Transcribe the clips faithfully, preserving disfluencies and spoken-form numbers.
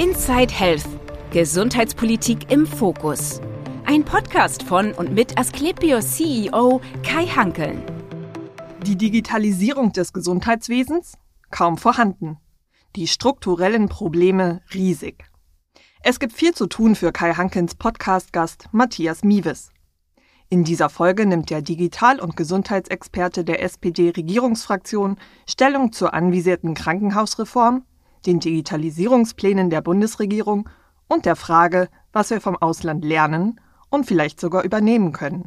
Inside Health – Gesundheitspolitik im Fokus. Ein Podcast von und mit Asklepios C E O Kai Hankeln. Die Digitalisierung des Gesundheitswesens? Kaum vorhanden. Die strukturellen Probleme riesig. Es gibt viel zu tun für Kai Hankelns Podcast-Gast Matthias Miewes. In dieser Folge nimmt der Digital- und Gesundheitsexperte der S P D-Regierungsfraktion Stellung zur anvisierten Krankenhausreform, den Digitalisierungsplänen der Bundesregierung und der Frage, was wir vom Ausland lernen und vielleicht sogar übernehmen können.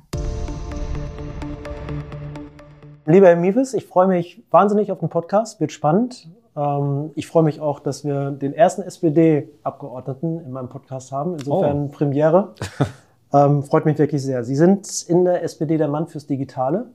Lieber Herr Miewes, ich freue mich wahnsinnig auf den Podcast, wird spannend. Ich freue mich auch, dass wir den ersten S P D-Abgeordneten in meinem Podcast haben, insofern oh. Premiere. Ähm, freut mich wirklich sehr. Sie sind in der S P D der Mann fürs Digitale.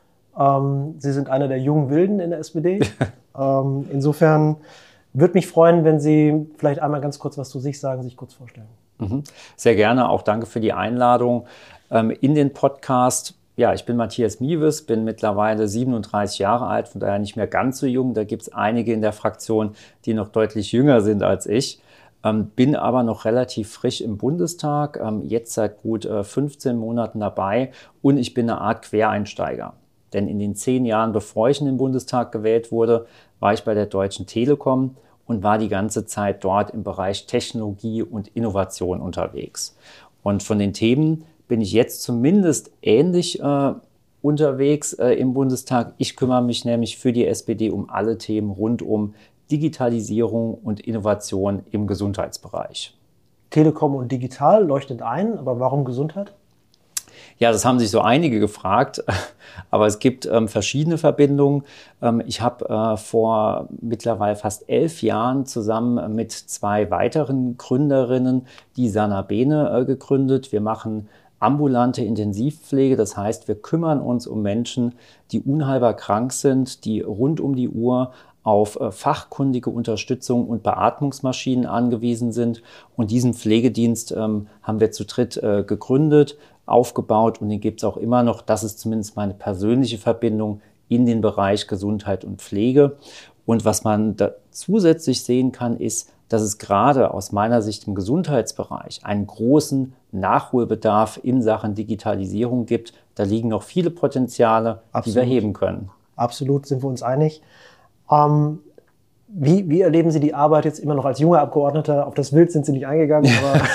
Ähm, Sie sind einer der jungen Wilden in der S P D. ähm, insofern würde mich freuen, wenn Sie vielleicht einmal ganz kurz was zu sich sagen, sich kurz vorstellen. Mhm. Sehr gerne. Auch danke für die Einladung ähm, in den Podcast. Ja, ich bin Matthias Miewes, bin mittlerweile siebenunddreißig Jahre alt, von daher nicht mehr ganz so jung. Da gibt es einige in der Fraktion, die noch deutlich jünger sind als ich. Ähm, bin aber noch relativ frisch im Bundestag, ähm, jetzt seit gut äh, fünfzehn Monaten dabei und ich bin eine Art Quereinsteiger. Denn in den zehn Jahren, bevor ich in den Bundestag gewählt wurde, war ich bei der Deutschen Telekom und war die ganze Zeit dort im Bereich Technologie und Innovation unterwegs. Und von den Themen bin ich jetzt zumindest ähnlich äh, unterwegs äh, im Bundestag. Ich kümmere mich nämlich für die S P D um alle Themen rund um Digitalisierung und Innovation im Gesundheitsbereich. Telekom und digital leuchtet ein, aber warum Gesundheit? Ja, das haben sich so einige gefragt, aber es gibt ähm, verschiedene Verbindungen. Ähm, ich habe äh, vor mittlerweile fast elf Jahren zusammen mit zwei weiteren Gründerinnen die Sanabene äh, gegründet. Wir machen ambulante Intensivpflege, das heißt, wir kümmern uns um Menschen, die unheilbar krank sind, die rund um die Uhr auf äh, fachkundige Unterstützung und Beatmungsmaschinen angewiesen sind. Und diesen Pflegedienst ähm, haben wir zu dritt äh, gegründet, aufgebaut und den gibt es auch immer noch. Das ist zumindest meine persönliche Verbindung in den Bereich Gesundheit und Pflege. Und was man da zusätzlich sehen kann, ist, dass es gerade aus meiner Sicht im Gesundheitsbereich einen großen Nachholbedarf in Sachen Digitalisierung gibt. Da liegen noch viele Potenziale, Absolut. die wir heben können. Absolut, sind wir uns einig. Ähm, wie, wie erleben Sie die Arbeit jetzt immer noch als junger Abgeordneter? Auf das Bild sind Sie nicht eingegangen,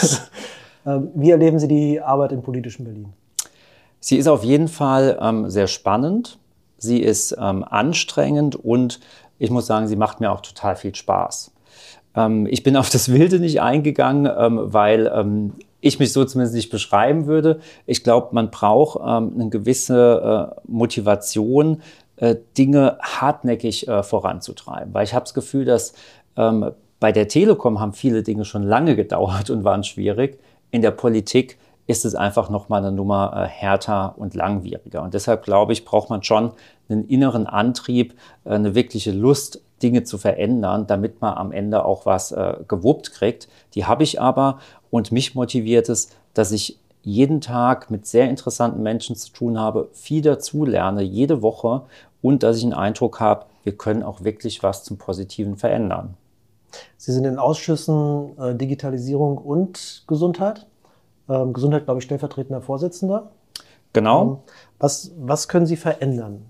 aber ähm, wie erleben Sie die Arbeit im politischen Berlin? Sie ist auf jeden Fall ähm, sehr spannend. Sie ist ähm, anstrengend und ich muss sagen, sie macht mir auch total viel Spaß. Ähm, ich bin auf das Wilde nicht eingegangen, ähm, weil ähm, ich mich so zumindest nicht beschreiben würde. Ich glaube, man braucht ähm, eine gewisse äh, Motivation, äh, Dinge hartnäckig äh, voranzutreiben. Weil ich habe das Gefühl, dass ähm, bei der Telekom haben viele Dinge schon lange gedauert und waren schwierig. In der Politik ist es einfach nochmal eine Nummer äh, härter und langwieriger. Und deshalb glaube ich, braucht man schon einen inneren Antrieb, äh, eine wirkliche Lust, Dinge zu verändern, damit man am Ende auch was äh, gewuppt kriegt. Die habe ich aber und mich motiviert es, dass ich jeden Tag mit sehr interessanten Menschen zu tun habe, viel dazu lerne, jede Woche und dass ich einen Eindruck habe, wir können auch wirklich was zum Positiven verändern. Sie sind in Ausschüssen äh, Digitalisierung und Gesundheit. Ähm, Gesundheit, glaube ich, stellvertretender Vorsitzender. Genau. Ähm, was, was können Sie verändern?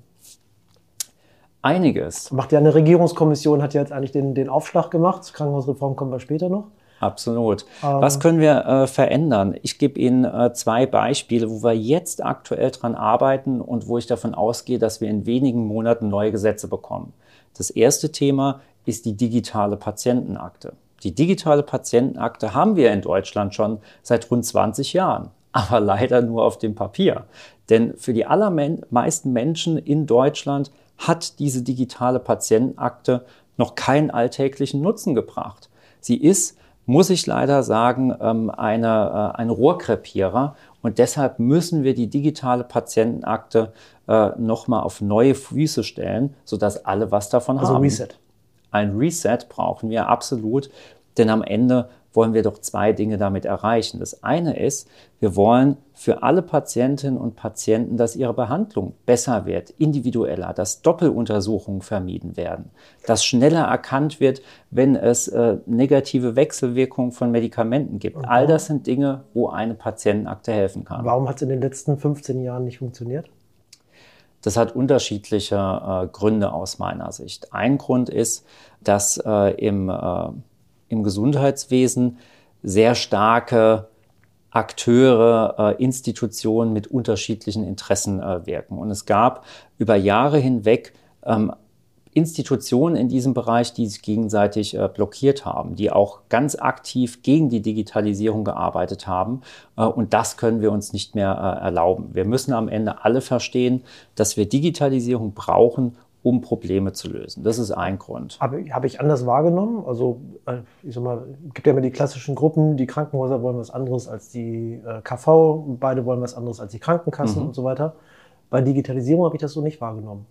Einiges. Macht ja eine Regierungskommission, hat ja jetzt eigentlich den, den Aufschlag gemacht. Krankenhausreform kommen wir später noch. Absolut. Ähm, Was können wir äh, verändern? Ich gebe Ihnen äh, zwei Beispiele, wo wir jetzt aktuell dran arbeiten und wo ich davon ausgehe, dass wir in wenigen Monaten neue Gesetze bekommen. Das erste Thema ist die digitale Patientenakte. Die digitale Patientenakte haben wir in Deutschland schon seit rund zwanzig Jahren, aber leider nur auf dem Papier. Denn für die allermeisten Menschen in Deutschland hat diese digitale Patientenakte noch keinen alltäglichen Nutzen gebracht. Sie ist, muss ich leider sagen, eine, ein Rohrkrepierer und deshalb müssen wir die digitale Patientenakte nochmal auf neue Füße stellen, sodass alle was davon also haben. Also Reset. Ein Reset brauchen wir absolut Denn am Ende wollen wir doch zwei Dinge damit erreichen. Das eine ist, wir wollen für alle Patientinnen und Patienten, dass ihre Behandlung besser wird, individueller, dass Doppeluntersuchungen vermieden werden, dass schneller erkannt wird, wenn es äh, negative Wechselwirkungen von Medikamenten gibt. Okay. All das sind Dinge, wo eine Patientenakte helfen kann. Warum hat es in den letzten fünfzehn Jahren nicht funktioniert? Das hat unterschiedliche äh, Gründe aus meiner Sicht. Ein Grund ist, dass äh, im äh, im Gesundheitswesen sehr starke Akteure, äh, Institutionen mit unterschiedlichen Interessen äh, wirken. Und es gab über Jahre hinweg ähm, Institutionen in diesem Bereich, die sich gegenseitig äh, blockiert haben, die auch ganz aktiv gegen die Digitalisierung gearbeitet haben. Äh, und das können wir uns nicht mehr äh, erlauben. Wir müssen am Ende alle verstehen, dass wir Digitalisierung brauchen, um Probleme zu lösen. Das ist ein Grund. Habe, habe ich anders wahrgenommen? Also, ich sag mal, es gibt ja immer die klassischen Gruppen, die Krankenhäuser wollen was anderes als die äh, K V, beide wollen was anderes als die Krankenkassen mhm. und so weiter. Bei Digitalisierung habe ich das so nicht wahrgenommen.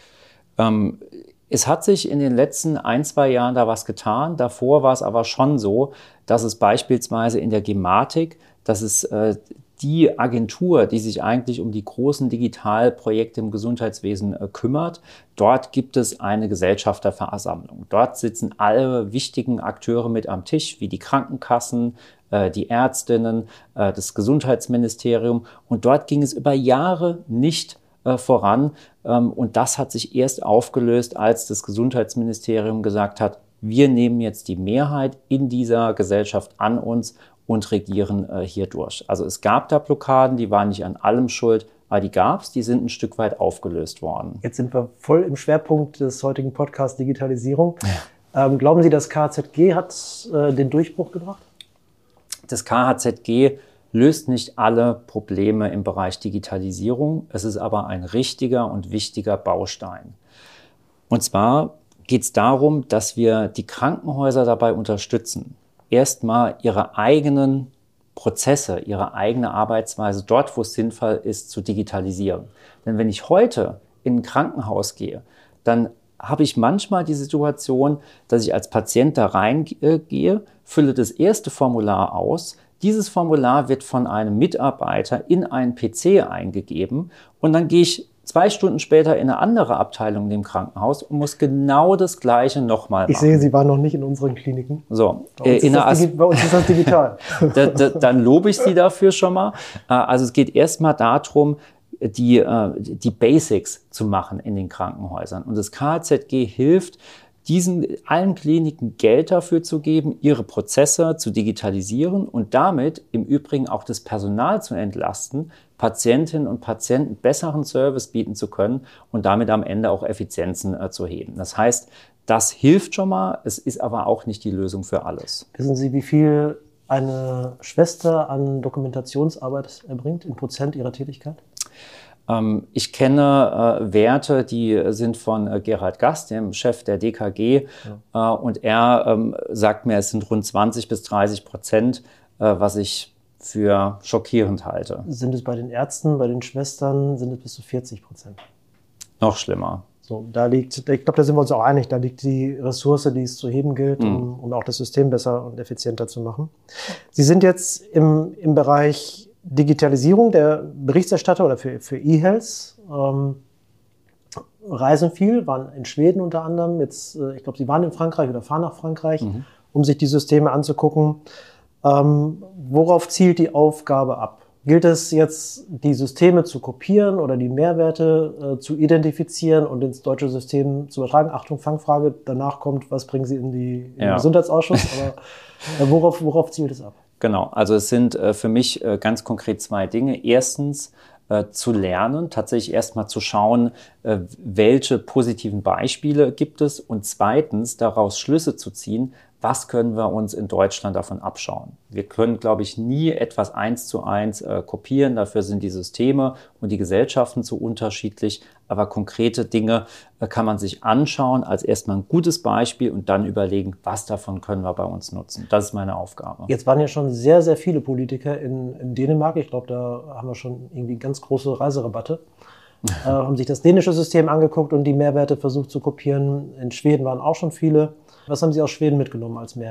Ähm, es hat sich in den letzten ein, zwei Jahren da was getan. Davor war es aber schon so, dass es beispielsweise in der Gematik, dass es äh, die Agentur, die sich eigentlich um die großen Digitalprojekte im Gesundheitswesen äh, kümmert, dort gibt es eine Gesellschafterversammlung. Dort sitzen alle wichtigen Akteure mit am Tisch, wie die Krankenkassen, äh, die Ärztinnen, äh, das Gesundheitsministerium. Und dort ging es über Jahre nicht äh, voran. Ähm, und das hat sich erst aufgelöst, als das Gesundheitsministerium gesagt hat, wir nehmen jetzt die Mehrheit in dieser Gesellschaft an uns und regieren äh, hier durch. Also es gab da Blockaden, die waren nicht an allem schuld, aber die gab es, die sind ein Stück weit aufgelöst worden. Jetzt sind wir voll im Schwerpunkt des heutigen Podcasts Digitalisierung. Ja. Ähm, glauben Sie, das K H Z G hat äh, den Durchbruch gebracht? Das K H Z G löst nicht alle Probleme im Bereich Digitalisierung. Es ist aber ein richtiger und wichtiger Baustein. Und zwar geht es darum, dass wir die Krankenhäuser dabei unterstützen, erstmal ihre eigenen Prozesse, ihre eigene Arbeitsweise dort, wo es sinnvoll ist, zu digitalisieren. Denn wenn ich heute in ein Krankenhaus gehe, dann habe ich manchmal die Situation, dass ich als Patient da reingehe, fülle das erste Formular aus. Dieses Formular wird von einem Mitarbeiter in einen P C eingegeben und dann gehe ich zwei Stunden später in eine andere Abteilung in dem Krankenhaus und muss genau das Gleiche nochmal machen. Ich sehe, Sie waren noch nicht in unseren Kliniken. So, bei uns, äh, in ist, das Digi- bei uns ist das digital. da, da, dann lobe ich Sie dafür schon mal. Also es geht erstmal darum, die, die Basics zu machen in den Krankenhäusern. Und das K H Z G hilft, diesen allen Kliniken Geld dafür zu geben, ihre Prozesse zu digitalisieren und damit im Übrigen auch das Personal zu entlasten, Patientinnen und Patienten besseren Service bieten zu können und damit am Ende auch Effizienzen äh, zu heben. Das heißt, das hilft schon mal, es ist aber auch nicht die Lösung für alles. Wissen Sie, wie viel eine Schwester an Dokumentationsarbeit erbringt in Prozent ihrer Tätigkeit? Ähm, ich kenne äh, Werte, die sind von äh, Gerald Gast, dem Chef der D K G, ja. äh, und er ähm, sagt mir, es sind rund zwanzig bis dreißig Prozent, äh, was ich für schockierend halte. Sind es bei den Ärzten, bei den Schwestern, sind es bis zu vierzig Prozent? Noch schlimmer. So, da liegt, ich glaube, da sind wir uns auch einig, da liegt die Ressource, die es zu heben gilt, mhm. um, um auch das System besser und effizienter zu machen. Sie sind jetzt im, im Bereich Digitalisierung der Berichterstatter oder für, für eHealth, ähm, reisen viel, waren in Schweden unter anderem, jetzt, äh, ich glaube, Sie waren in Frankreich oder fahren nach Frankreich, mhm. um sich die Systeme anzugucken. Ähm, worauf zielt die Aufgabe ab? Gilt es jetzt, die Systeme zu kopieren oder die Mehrwerte äh, zu identifizieren und ins deutsche System zu übertragen? Achtung, Fangfrage, danach kommt, was bringen Sie in, die, in ja. den Gesundheitsausschuss? Aber äh, worauf, worauf zielt es ab? Genau, also es sind äh, für mich äh, ganz konkret zwei Dinge. Erstens, äh, zu lernen, tatsächlich erstmal zu schauen, äh, welche positiven Beispiele gibt es und zweitens daraus Schlüsse zu ziehen, was können wir uns in Deutschland davon abschauen. Wir können, glaube ich, nie etwas eins zu eins äh, kopieren, dafür sind die Systeme und die Gesellschaften zu unterschiedlich, aber konkrete Dinge äh, kann man sich anschauen als erstmal ein gutes Beispiel und dann überlegen, was davon können wir bei uns nutzen. Das ist meine Aufgabe. Jetzt waren ja schon sehr, sehr viele Politiker in, in Dänemark, ich glaube, da haben wir schon irgendwie ganz große Reiserabatte. äh, haben sich das dänische System angeguckt und die Mehrwerte versucht zu kopieren. In Schweden waren auch schon viele. Was haben Sie aus Schweden mitgenommen als Mehrwert?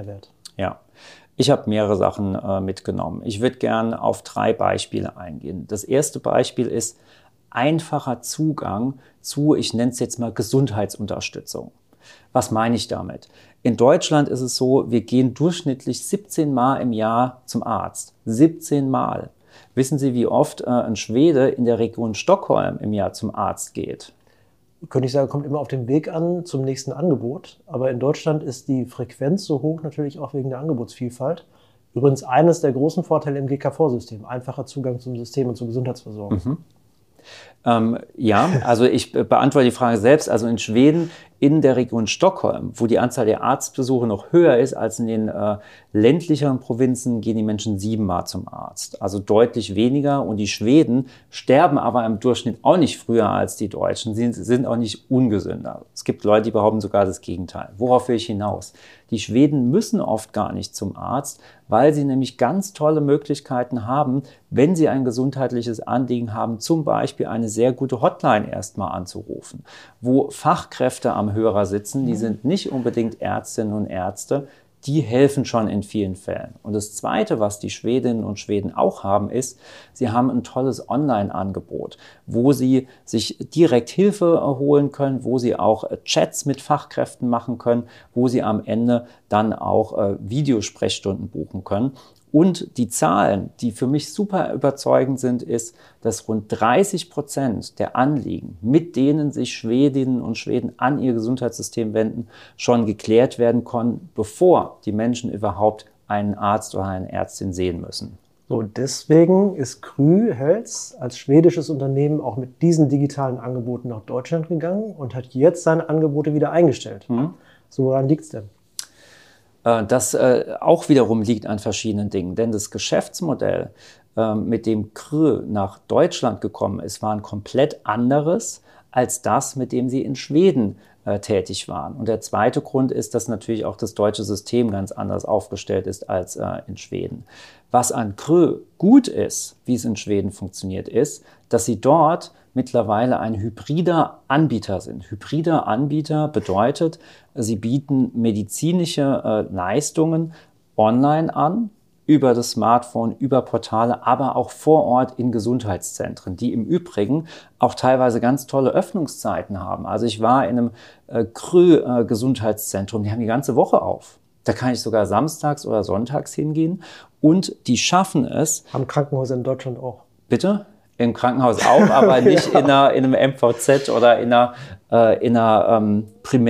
Ja, ich habe mehrere Sachen äh, mitgenommen. Ich würde gerne auf drei Beispiele eingehen. Das erste Beispiel ist einfacher Zugang zu, ich nenne es jetzt mal Gesundheitsunterstützung. Was meine ich damit? In Deutschland ist es so, wir gehen durchschnittlich siebzehn Mal im Jahr zum Arzt. siebzehn Mal. Wissen Sie, wie oft äh, ein Schwede in der Region Stockholm im Jahr zum Arzt geht? Könnte ich sagen, kommt immer auf den Weg an zum nächsten Angebot. Aber in Deutschland ist die Frequenz so hoch, natürlich auch wegen der Angebotsvielfalt. Übrigens eines der großen Vorteile im G K V-System, einfacher Zugang zum System und zur Gesundheitsversorgung. Mhm. Ähm, ja, also ich beantworte die Frage selbst. Also in Schweden, in der Region Stockholm, wo die Anzahl der Arztbesuche noch höher ist als in den äh, ländlicheren Provinzen, gehen die Menschen siebenmal zum Arzt. Also deutlich weniger. Und die Schweden sterben aber im Durchschnitt auch nicht früher als die Deutschen. Sie sind auch nicht ungesünder. Es gibt Leute, die behaupten sogar das Gegenteil. Worauf will ich hinaus? Die Schweden müssen oft gar nicht zum Arzt, weil sie nämlich ganz tolle Möglichkeiten haben, wenn sie ein gesundheitliches Anliegen haben, zum Beispiel eine sehr gute Hotline erstmal anzurufen, wo Fachkräfte am Hörer sitzen, die sind nicht unbedingt Ärztinnen und Ärzte, die helfen schon in vielen Fällen. Und das Zweite, was die Schwedinnen und Schweden auch haben, ist, sie haben ein tolles Online-Angebot, wo sie sich direkt Hilfe holen können, wo sie auch Chats mit Fachkräften machen können, wo sie am Ende dann auch äh, Videosprechstunden buchen können. Und die Zahlen, die für mich super überzeugend sind, ist, dass rund dreißig Prozent der Anliegen, mit denen sich Schwedinnen und Schweden an ihr Gesundheitssystem wenden, schon geklärt werden konnten, bevor die Menschen überhaupt einen Arzt oder eine Ärztin sehen müssen. So, deswegen ist Krü Health als schwedisches Unternehmen auch mit diesen digitalen Angeboten nach Deutschland gegangen und hat jetzt seine Angebote wieder eingestellt. Mhm. So, woran liegt es denn? Das äh, auch wiederum liegt an verschiedenen Dingen, denn das Geschäftsmodell, äh, mit dem Krü nach Deutschland gekommen ist, war ein komplett anderes als das, mit dem sie in Schweden äh, tätig waren. Und der zweite Grund ist, dass natürlich auch das deutsche System ganz anders aufgestellt ist als äh, in Schweden. Was an Krü gut ist, wie es in Schweden funktioniert, ist, dass sie dort mittlerweile ein hybrider Anbieter sind. Hybrider Anbieter bedeutet, sie bieten medizinische äh, Leistungen online an, über das Smartphone, über Portale, aber auch vor Ort in Gesundheitszentren, die im Übrigen auch teilweise ganz tolle Öffnungszeiten haben. Also ich war in einem äh, Krü-Gesundheitszentrum, die haben die ganze Woche auf. Da kann ich sogar samstags oder sonntags hingehen und die schaffen es. Haben Krankenhäuser in Deutschland auch. Bitte? Im Krankenhaus auch, aber nicht ja. in, einer, in einem M V Z oder in einer, äh, in einer ähm,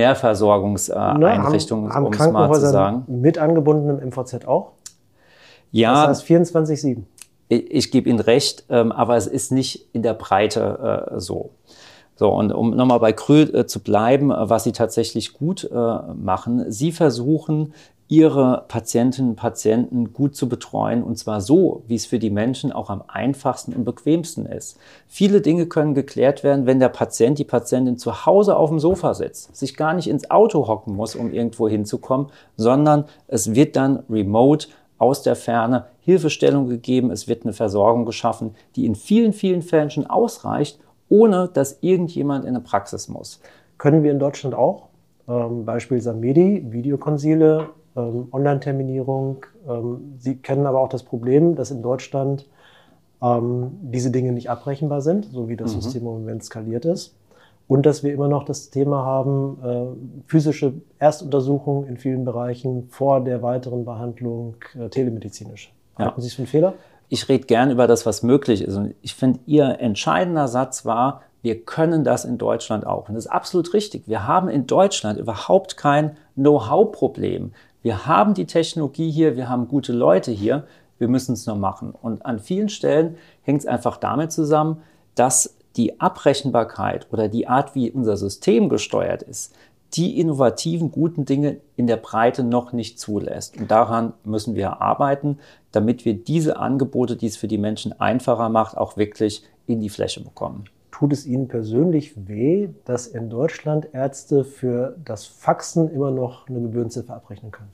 Primärversorgungseinrichtung, äh, um es mal zu sagen. Mit angebundenem M V Z auch? Ja. Das heißt vierundzwanzig sieben. Ich, ich gebe Ihnen recht, ähm, aber es ist nicht in der Breite äh, so. So, und um nochmal bei Krü äh, zu bleiben, äh, was Sie tatsächlich gut äh, machen, Sie versuchen, Ihre Patientinnen und Patienten gut zu betreuen und zwar so, wie es für die Menschen auch am einfachsten und bequemsten ist. Viele Dinge können geklärt werden, wenn der Patient, die Patientin zu Hause auf dem Sofa sitzt, sich gar nicht ins Auto hocken muss, um irgendwo hinzukommen, sondern es wird dann remote aus der Ferne Hilfestellung gegeben, es wird eine Versorgung geschaffen, die in vielen, vielen Fällen schon ausreicht, ohne dass irgendjemand in eine Praxis muss. Können wir in Deutschland auch? Ähm, Beispiel Samedi, Videokonsile, Ähm, Online-Terminierung. Ähm, Sie kennen aber auch das Problem, dass in Deutschland ähm, diese Dinge nicht abbrechenbar sind, so wie das mhm. System im Moment skaliert ist. Und dass wir immer noch das Thema haben, äh, physische Erstuntersuchung in vielen Bereichen vor der weiteren Behandlung äh, telemedizinisch. Halten ja. Sie es für einen Fehler? Ich rede gern über das, was möglich ist. Und ich finde, Ihr entscheidender Satz war, wir können das in Deutschland auch. Und das ist absolut richtig. Wir haben in Deutschland überhaupt kein Know-how-Problem. Wir haben die Technologie hier, wir haben gute Leute hier, wir müssen es nur machen. Und an vielen Stellen hängt es einfach damit zusammen, dass die Abrechenbarkeit oder die Art, wie unser System gesteuert ist, die innovativen, guten Dinge in der Breite noch nicht zulässt. Und daran müssen wir arbeiten, damit wir diese Angebote, die es für die Menschen einfacher macht, auch wirklich in die Fläche bekommen. Tut es Ihnen persönlich weh, dass in Deutschland Ärzte für das Faxen immer noch eine Gebührenziffer abrechnen können?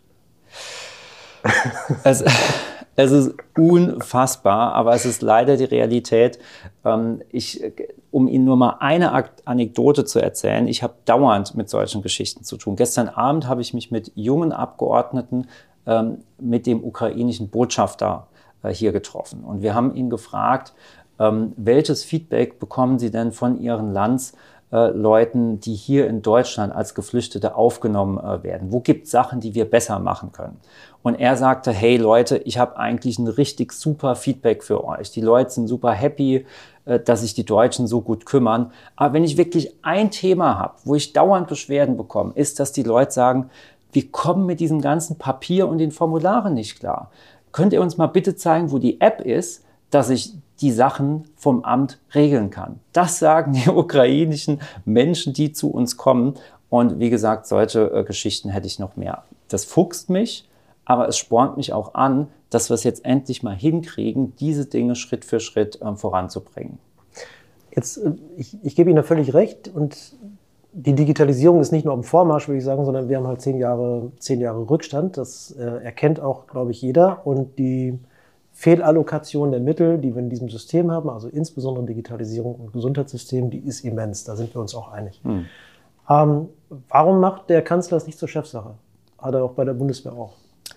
Es, es ist unfassbar, aber es ist leider die Realität. Ich, um Ihnen nur mal eine Anekdote zu erzählen, ich habe dauernd mit solchen Geschichten zu tun. Gestern Abend habe ich mich mit jungen Abgeordneten ähm, mit dem ukrainischen Botschafter äh, hier getroffen. Und wir haben ihn gefragt, ähm, welches Feedback bekommen Sie denn von Ihren Landsleuten, die hier in Deutschland als Geflüchtete aufgenommen äh, werden? Wo gibt es Sachen, die wir besser machen können? Und er sagte, hey Leute, ich habe eigentlich ein richtig super Feedback für euch. Die Leute sind super happy, äh, dass sich die Deutschen so gut kümmern. Aber wenn ich wirklich ein Thema habe, wo ich dauernd Beschwerden bekomme, ist, dass die Leute sagen, wir kommen mit diesem ganzen Papier und den Formularen nicht klar. Könnt ihr uns mal bitte zeigen, wo die App ist, dass ich die Sachen vom Amt regeln kann? Das sagen die ukrainischen Menschen, die zu uns kommen. Und wie gesagt, solche äh, Geschichten hätte ich noch mehr. Das fuchst mich, aber es spornt mich auch an, dass wir es jetzt endlich mal hinkriegen, diese Dinge Schritt für Schritt äh, voranzubringen. Jetzt, ich, ich gebe Ihnen da völlig recht. Und die Digitalisierung ist nicht nur am Vormarsch, würde ich sagen, sondern wir haben halt zehn Jahre, zehn Jahre Rückstand. Das äh, erkennt auch, glaube ich, jeder. Und die Fehlallokation der Mittel, die wir in diesem System haben, also insbesondere Digitalisierung und Gesundheitssystem, die ist immens. Da sind wir uns auch einig. Hm. Ähm, warum macht der Kanzler es nicht zur Chefsache? Hat er auch bei der Bundeswehr auch.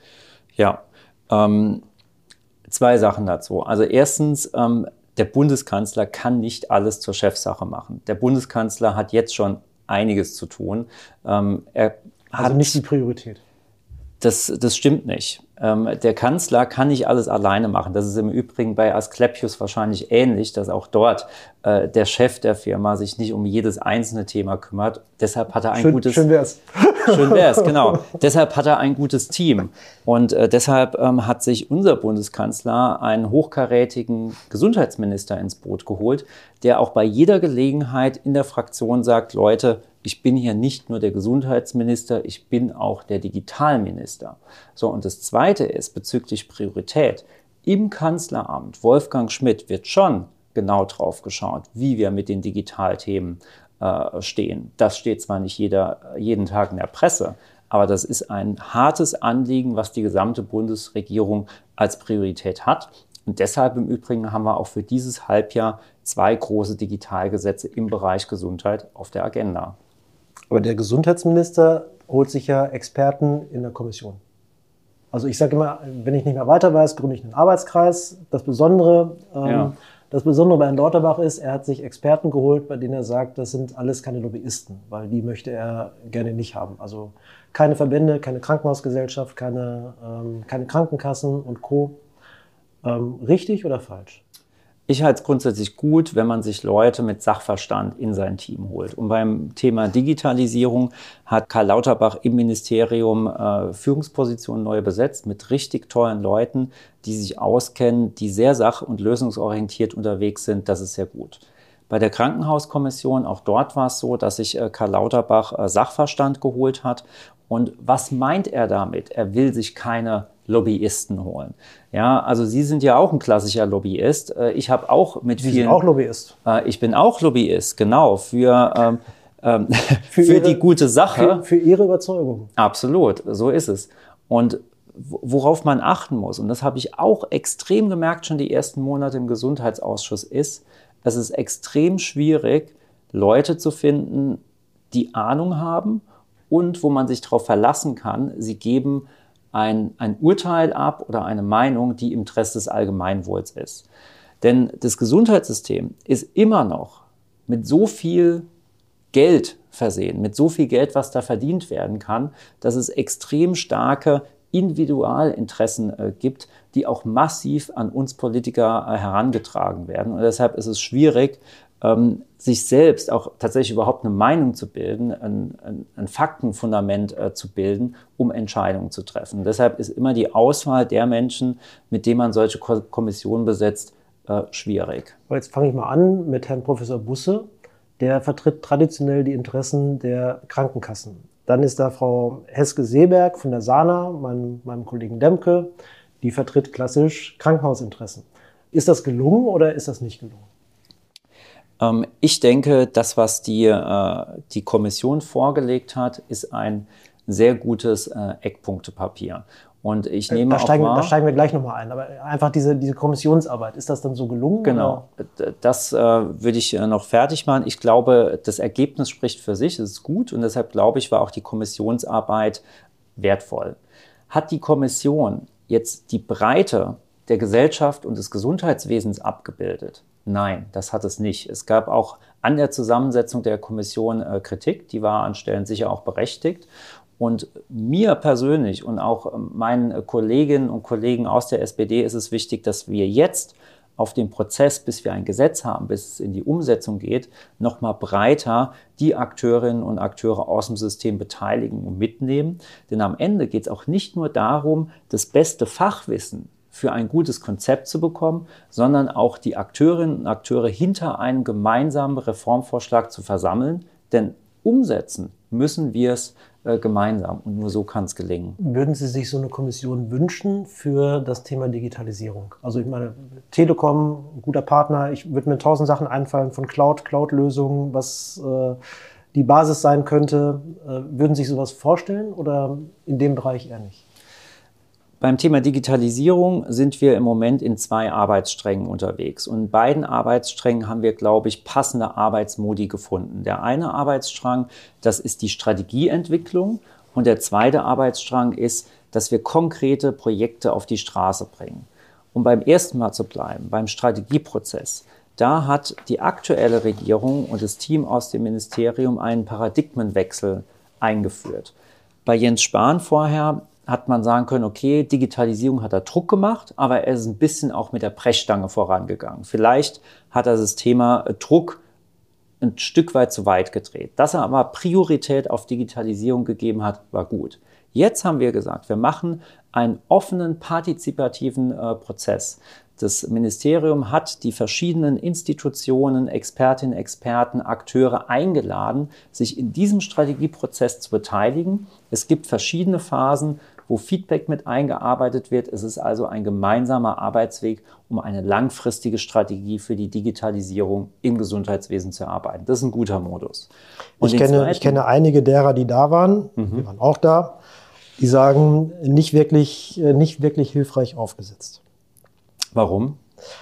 Ja, ähm, zwei Sachen dazu. Also erstens, ähm, der Bundeskanzler kann nicht alles zur Chefsache machen. Der Bundeskanzler hat jetzt schon einiges zu tun. Ähm, er also hat nicht die Priorität. Das, das stimmt nicht. Ähm, der Kanzler kann nicht alles alleine machen. Das ist im Übrigen bei Asklepios wahrscheinlich ähnlich, dass auch dort äh, der Chef der Firma sich nicht um jedes einzelne Thema kümmert. Deshalb hat er ein schön, gutes... Schön wär's. Schön wär's, genau. Deshalb hat er ein gutes Team. Und äh, deshalb ähm, hat sich unser Bundeskanzler einen hochkarätigen Gesundheitsminister ins Boot geholt, der auch bei jeder Gelegenheit in der Fraktion sagt, Leute, ich bin hier nicht nur der Gesundheitsminister, ich bin auch der Digitalminister. So, und das Zweite ist bezüglich Priorität. Im Kanzleramt, Wolfgang Schmidt, wird schon genau drauf geschaut, wie wir mit den Digitalthemen äh, stehen. Das steht zwar nicht jeder, jeden Tag in der Presse, aber das ist ein hartes Anliegen, was die gesamte Bundesregierung als Priorität hat. Und deshalb im Übrigen haben wir auch für dieses Halbjahr zwei große Digitalgesetze im Bereich Gesundheit auf der Agenda. Aber der Gesundheitsminister holt sich ja Experten in der Kommission. Also ich sage immer, wenn ich nicht mehr weiter weiß, gründe ich einen Arbeitskreis. Das Besondere, ähm, ja. das Besondere bei Herrn Lauterbach ist, er hat sich Experten geholt, bei denen er sagt, das sind alles keine Lobbyisten, weil die möchte er gerne nicht haben. Also keine Verbände, keine Krankenhausgesellschaft, keine, ähm, keine Krankenkassen und Co. Ähm, richtig oder falsch? Ich halte es grundsätzlich gut, wenn man sich Leute mit Sachverstand in sein Team holt. Und beim Thema Digitalisierung hat Karl Lauterbach im Ministerium äh, Führungspositionen neu besetzt mit richtig tollen Leuten, die sich auskennen, die sehr sach- und lösungsorientiert unterwegs sind. Das ist sehr gut. Bei der Krankenhauskommission, auch dort war es so, dass sich äh, Karl Lauterbach äh, Sachverstand geholt hat. Und was meint er damit? Er will sich keine Lobbyisten holen. Ja, also Sie sind ja auch ein klassischer Lobbyist. Ich habe auch mit Sie vielen... sind auch Lobbyist. Äh, ich bin auch Lobbyist, genau, für, ähm, ähm, für, für ihre, die gute Sache. Für, für Ihre Überzeugung. Absolut, so ist es. Und worauf man achten muss, und das habe ich auch extrem gemerkt, schon die ersten Monate im Gesundheitsausschuss, ist, es ist extrem schwierig, Leute zu finden, die Ahnung haben und wo man sich darauf verlassen kann, sie geben Ein, ein Urteil ab oder eine Meinung, die im Interesse des Allgemeinwohls ist. Denn das Gesundheitssystem ist immer noch mit so viel Geld versehen, mit so viel Geld, was da verdient werden kann, dass es extrem starke Individualinteressen äh, gibt, die auch massiv an uns Politiker äh, herangetragen werden. Und deshalb ist es schwierig, ähm, sich selbst auch tatsächlich überhaupt eine Meinung zu bilden, ein, ein, ein Faktenfundament äh, zu bilden, um Entscheidungen zu treffen. Und deshalb ist immer die Auswahl der Menschen, mit denen man solche Ko- Kommissionen besetzt, äh, schwierig. Jetzt fange ich mal an mit Herrn Professor Busse. Der vertritt traditionell die Interessen der Krankenkassen. Dann ist da Frau Heske-Seeberg von der Sana, meinem, meinem Kollegen Demke, die vertritt klassisch Krankenhausinteressen. Ist das gelungen oder ist das nicht gelungen? Ich denke, das, was die, äh, die Kommission vorgelegt hat, ist ein sehr gutes äh, Eckpunktepapier. Und ich nehme da auch steigen, wahr, da steigen wir gleich nochmal ein. Aber einfach diese, diese Kommissionsarbeit, ist das dann so gelungen? Genau, oder? Das äh, würde ich äh, noch fertig machen. Ich glaube, das Ergebnis spricht für sich, es ist gut. Und deshalb glaube ich, war auch die Kommissionsarbeit wertvoll. Hat die Kommission jetzt die Breite der Gesellschaft und des Gesundheitswesens abgebildet? Nein, das hat es nicht. Es gab auch an der Zusammensetzung der Kommission äh, Kritik, die war an Stellen sicher auch berechtigt. Und mir persönlich und auch meinen Kolleginnen und Kollegen aus der S P D ist es wichtig, dass wir jetzt auf den Prozess, bis wir ein Gesetz haben, bis es in die Umsetzung geht, nochmal breiter die Akteurinnen und Akteure aus dem System beteiligen und mitnehmen. Denn am Ende geht es auch nicht nur darum, das beste Fachwissen für ein gutes Konzept zu bekommen, sondern auch die Akteurinnen und Akteure hinter einem gemeinsamen Reformvorschlag zu versammeln. Denn umsetzen müssen wir es äh, gemeinsam und nur so kann es gelingen. Würden Sie sich so eine Kommission wünschen für das Thema Digitalisierung? Also ich meine, Telekom, guter Partner, ich würde mir tausend Sachen einfallen von Cloud, Cloud-Lösungen, was äh, die Basis sein könnte. Äh, würden Sie sich sowas vorstellen oder in dem Bereich eher nicht? Beim Thema Digitalisierung sind wir im Moment in zwei Arbeitssträngen unterwegs. Und in beiden Arbeitssträngen haben wir, glaube ich, passende Arbeitsmodi gefunden. Der eine Arbeitsstrang, das ist die Strategieentwicklung. Und der zweite Arbeitsstrang ist, dass wir konkrete Projekte auf die Straße bringen. Um beim ersten Mal zu bleiben, beim Strategieprozess, da hat die aktuelle Regierung und das Team aus dem Ministerium einen Paradigmenwechsel eingeführt. Bei Jens Spahn vorher hat man sagen können, okay, Digitalisierung hat er Druck gemacht, aber er ist ein bisschen auch mit der Brechstange vorangegangen. Vielleicht hat er das Thema Druck ein Stück weit zu weit gedreht. Dass er aber Priorität auf Digitalisierung gegeben hat, war gut. Jetzt haben wir gesagt, wir machen einen offenen, partizipativen äh, Prozess. Das Ministerium hat die verschiedenen Institutionen, Expertinnen, Experten, Akteure eingeladen, sich in diesem Strategieprozess zu beteiligen. Es gibt verschiedene Phasen, wo Feedback mit eingearbeitet wird. Es ist also ein gemeinsamer Arbeitsweg, um eine langfristige Strategie für die Digitalisierung im Gesundheitswesen zu erarbeiten. Das ist ein guter Modus. Und ich, kenne, zweiten, ich kenne einige derer, die da waren, mhm. wir waren auch da, die sagen, nicht wirklich, nicht wirklich hilfreich aufgesetzt. Warum?